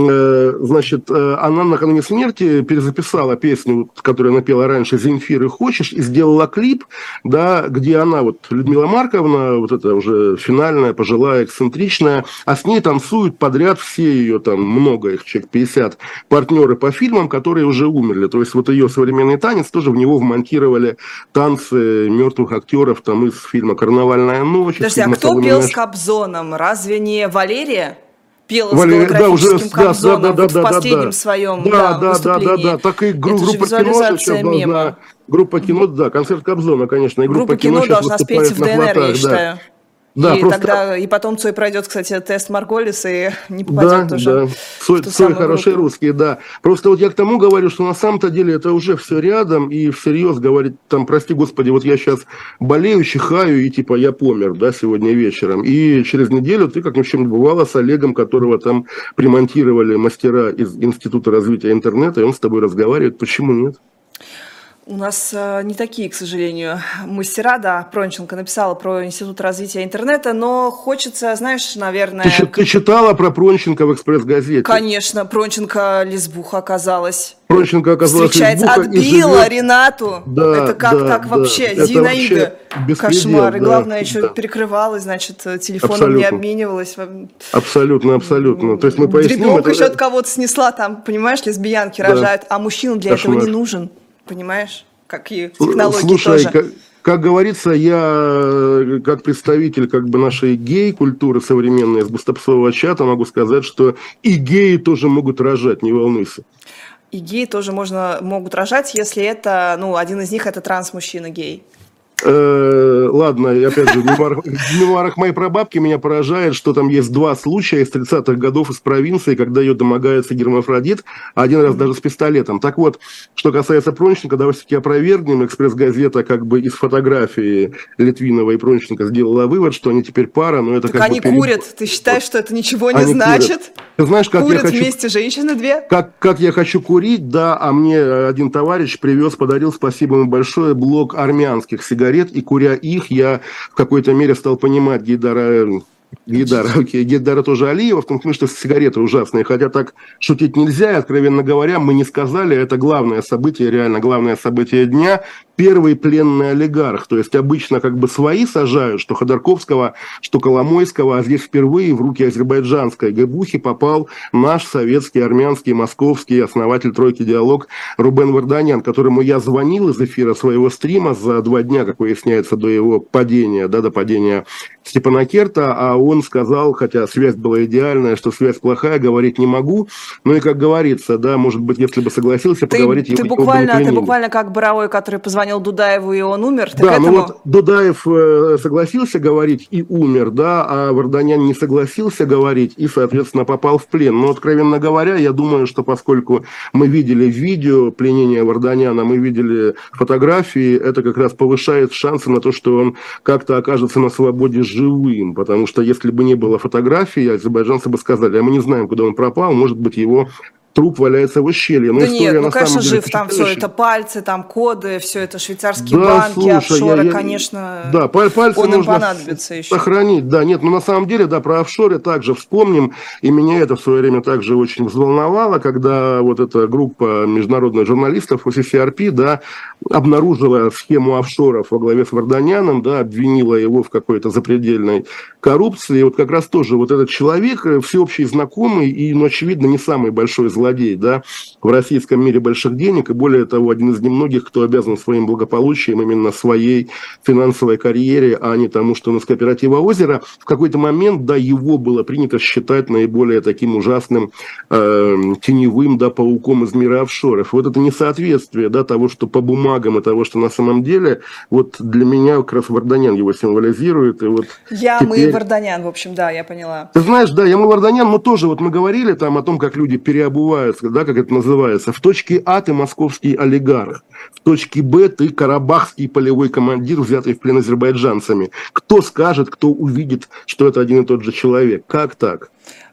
значит, она накануне смерти перезаписала песню, которую напела раньше, «Земфиры хочешь», и сделала клип, да, где она, вот, Людмила Марковна, вот это уже финальная, пожилая, эксцентричная, а с ней танцуют подряд все ее, там, много их, человек 50, партнеры по фильмам, которые уже умерли. То есть, вот ее современный танец, тоже в него вмонтировали танцы мертвых актеров, там, из фильма «Карнавальная ночь». Подожди, а кто пел с Кобзоном? Разве не Валерия? Пела с голографическим Кобзоном в последнем своем выступлении. Да. Так и группа кино сейчас должна... Группа кино, да, концерт Кобзона, конечно. И группа кино должна спеть в ДНР, я считаю. Да, и просто... тогда, и потом Цой пройдет, кстати, тест Марголиса и не попадет тоже. Да, Цой хороший русский, да. Просто вот я к тому говорю, что на самом-то деле это уже все рядом, и всерьез говорить, там, прости господи, вот я сейчас болею, чихаю, и типа я помер, да, сегодня вечером. И через неделю ты, как ни в чем не бывало, с Олегом, которого там примонтировали мастера из Института развития интернета, и он с тобой разговаривает. Почему нет? У нас не такие, к сожалению, мастера, да, Пронченко написала про Институт развития интернета, но хочется, знаешь, наверное... Ты читала про Пронченко в «Экспресс-газете»? Конечно, Пронченко лесбуха оказалась. Пронченко оказалась встречается, отбила Ренату. Да, это как вообще? Зинаида. Кошмар. И главное, еще перекрывалась, значит, телефоном не обменивалась. Абсолютно. То есть мы поясним... Ребенка еще от кого-то снесла, там, понимаешь, лесбиянки рожают, а мужчина для этого не нужен. Понимаешь, какие технологии. Слушай, тоже. Как говорится, я как представитель как бы нашей гей-культуры современной из Густапсового чата могу сказать, что и геи тоже могут рожать, не волнуйся. И геи тоже могут рожать, если это, один из них это транс-мужчина гей. Ладно, и опять же, в мемуарах моей прабабки меня поражает, что там есть 2 случая из 30-х годов из провинции, когда ее домогается гермафродит, а 1 раз даже с пистолетом. Так вот, что касается Пронченко, давайте все-таки опровергнем. «Экспресс-газета» как бы из фотографии Литвинова и Пронченко сделала вывод, что они теперь пара, но это так как они бы... курят, ты считаешь, что это ничего не значит? Ты знаешь, как курят я хочу... вместе женщины 2? Как я хочу курить, да, а мне один товарищ привез, подарил, спасибо ему большое, блок армянских сигарет, и куря их, я в какой-то мере стал понимать Гейдара тоже Алиева, в том смысле, что сигареты ужасные, хотя так шутить нельзя, и, откровенно говоря, мы не сказали, это главное событие, реально главное событие дня, первый пленный олигарх, то есть обычно как бы свои сажают, что Ходорковского, что Коломойского, а здесь впервые в руки азербайджанской ГБУХи попал наш советский, армянский, московский основатель «Тройки Диалог» Рубен Варданян, которому я звонил из эфира своего стрима за 2 дня, как выясняется, до его падения, до падения Степанакерта, а он сказал, хотя связь была идеальная, что связь плохая, говорить не могу, но и как говорится, да, может быть, если бы согласился, поговорить ты буквально как Боровой, который позвонил Дудаеву, и он умер? Да, ну вот Дудаев согласился говорить и умер, да, а Варданян не согласился говорить и, соответственно, попал в плен. Но, откровенно говоря, я думаю, что поскольку мы видели видео пленения Варданяна, мы видели фотографии, это как раз повышает шансы на то, что он как-то окажется на свободе живым, потому что если бы не было фотографий, азербайджанцы бы сказали, а мы не знаем, куда он пропал, может быть, его труп валяется в ущелье. Но да нет, ну, конечно, жив, там все это пальцы, там коды, все это швейцарские банки, слушай, офшоры, конечно, да, пальцы он им нужно понадобится еще. Сохранить, да, нет, но на самом деле, да, про офшоры также вспомним, и меня это в свое время также очень взволновало, когда вот эта группа международных журналистов OCCRP, да, обнаружила схему офшоров во главе с Варданяном, да, обвинила его в какой-то запредельной коррупции, и вот как раз тоже вот этот человек, всеобщий знакомый и, ну, очевидно, не самый большой злодей, да, в российском мире больших денег, и более того, один из немногих, кто обязан своим благополучием именно своей финансовой карьере, а не тому, что он из кооператива «Озеро», в какой-то момент, да, его было принято считать наиболее таким ужасным теневым, да, пауком из мира офшоров. Вот это несоответствие, да, того, что по бумагам, и того, что на самом деле, вот для меня как раз Варданян его символизирует. И вот мы Варданян, в общем, да, я поняла. Ты знаешь, да, мы Варданян, но тоже вот мы говорили там о том, как люди переобуваются, да, как это называется. В точке А ты московский олигарх, в точке Б ты карабахский полевой командир, взятый в плен азербайджанцами. Кто скажет, кто увидит, что это один и тот же человек? Как так?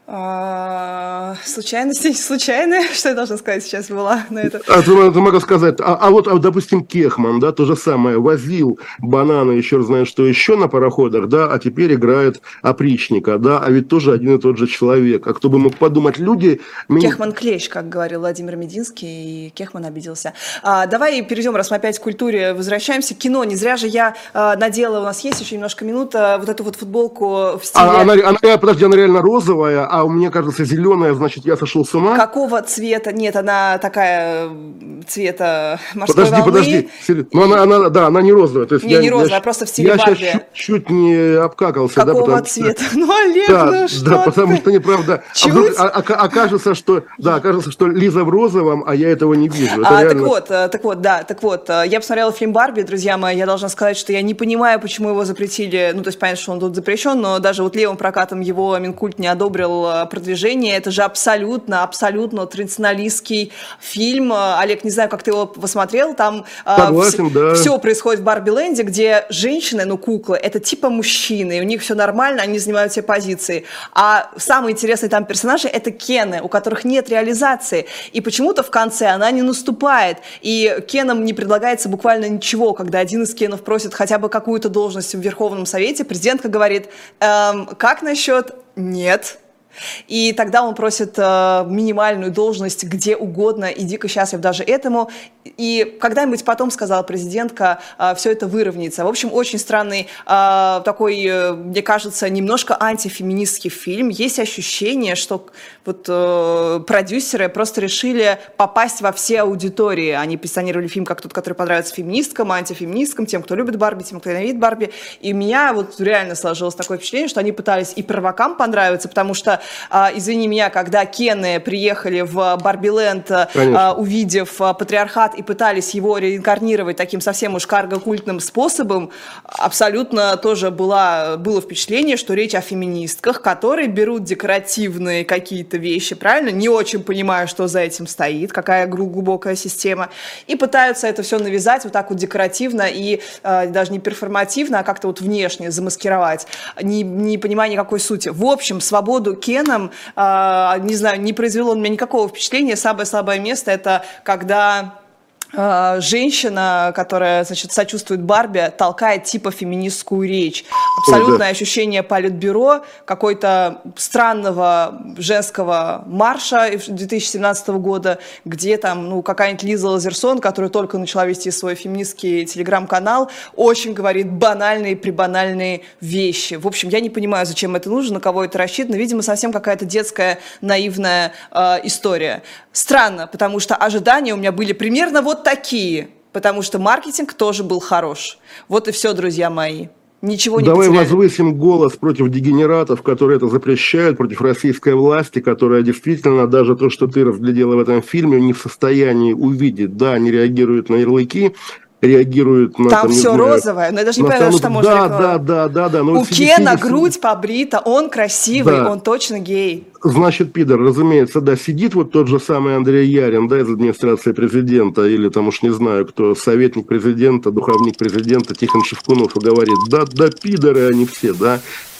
Случайность не случайная, что я должна сказать сейчас была на это? Ты могу сказать, вот, допустим, Кехман, да, то же самое, возил бананы, еще раз знаю, что еще на пароходах, да, а теперь играет опричника, да, а ведь тоже один и тот же человек. А кто бы мог подумать, люди... Кехман клещ, как говорил Владимир Мединский, и Кехман обиделся. Давай перейдем, раз мы опять к культуре возвращаемся. Кино, не зря же я надела, у нас есть еще немножко минут, вот эту вот футболку в стиле... Подожди, она реально розовая, а у меня, кажется, зеленая, значит, я сошел с ума. Какого цвета? Нет, она такая цвета морской волны. Подожди. Ну, она не розовая. То есть не розовая, а просто в стиле Барби. Я сейчас чуть не обкакался. Какого цвета? Ну, Олег, да, что да, потому что неправда. Чуть? Окажется, что Лиза в розовом, а я этого не вижу. Так вот, я посмотрела фильм «Барби», друзья мои, я должна сказать, что я не понимаю, почему его запретили, ну, то есть понятно, что он тут запрещен, но даже вот левым прокатом его Минкульт не одобрил продвижение. Это же абсолютно традиционалистский фильм. Олег, не знаю, как ты его посмотрел, там все происходит в Барби-ленде, где женщины, куклы, это типа мужчины, и у них все нормально, они занимают все позиции. А самые интересные там персонажи — это Кены, у которых нет реализации. И почему-то в конце она не наступает. И Кенам не предлагается буквально ничего. Когда один из Кенов просит хотя бы какую-то должность в Верховном Совете, президентка говорит, как насчет «нет». И тогда он просит минимальную должность где угодно, и дико счастлив даже этому. И когда-нибудь потом, сказала президентка, все это выровняется. В общем, очень странный такой, мне кажется, немножко антифеминистский фильм. Есть ощущение, что вот продюсеры просто решили попасть во все аудитории. Они позиционировали фильм как тот, который понравится феминисткам, антифеминисткам, тем, кто любит Барби, тем, кто ненавидит Барби. И у меня вот реально сложилось такое впечатление, что они пытались и первакам понравиться, потому что извини меня, когда Кены приехали в Барбиленд, увидев патриархат и пытались его реинкарнировать таким совсем уж карго-культным способом, абсолютно тоже было впечатление, что речь о феминистках, которые берут декоративные какие-то вещи, правильно? Не очень понимаю, что за этим стоит, какая глубокая система, и пытаются это все навязать вот так вот декоративно и даже не перформативно, а как-то вот внешне замаскировать, не понимая никакой сути. В общем, свободу Кенам, не знаю, не произвело на меня никакого впечатления. Самое слабое место — это когда женщина, которая, значит, сочувствует Барби, толкает типа феминистскую речь. Абсолютное ощущение политбюро, какой-то странного женского марша 2017 года, где там, какая-нибудь Лиза Лазерсон, которая только начала вести свой феминистский телеграм-канал, очень говорит банальные, прибанальные вещи. В общем, я не понимаю, зачем это нужно, на кого это рассчитано. Видимо, совсем какая-то детская, наивная история. Странно, потому что ожидания у меня были примерно вот такие, потому что маркетинг тоже был хорош. Вот и все, друзья мои. Ничего не Давай потеряли. возвысим голос против дегенератов, которые это запрещают, против российской власти, которая действительно даже то, что ты разглядела в этом фильме, не в состоянии увидеть. Да, они реагируют на ярлыки, реагируют на... Там все розовое, но я даже не понимаю, что можно рекламировать. Да. У Кена грудь побрита, он красивый, он точно гей. Значит, пидор, разумеется, да, сидит вот тот же самый Андрей Ярин, да, из администрации президента, или там уж не знаю, кто, советник президента, духовник президента Тихон Шевкунов, и говорит, да, пидоры они все, да,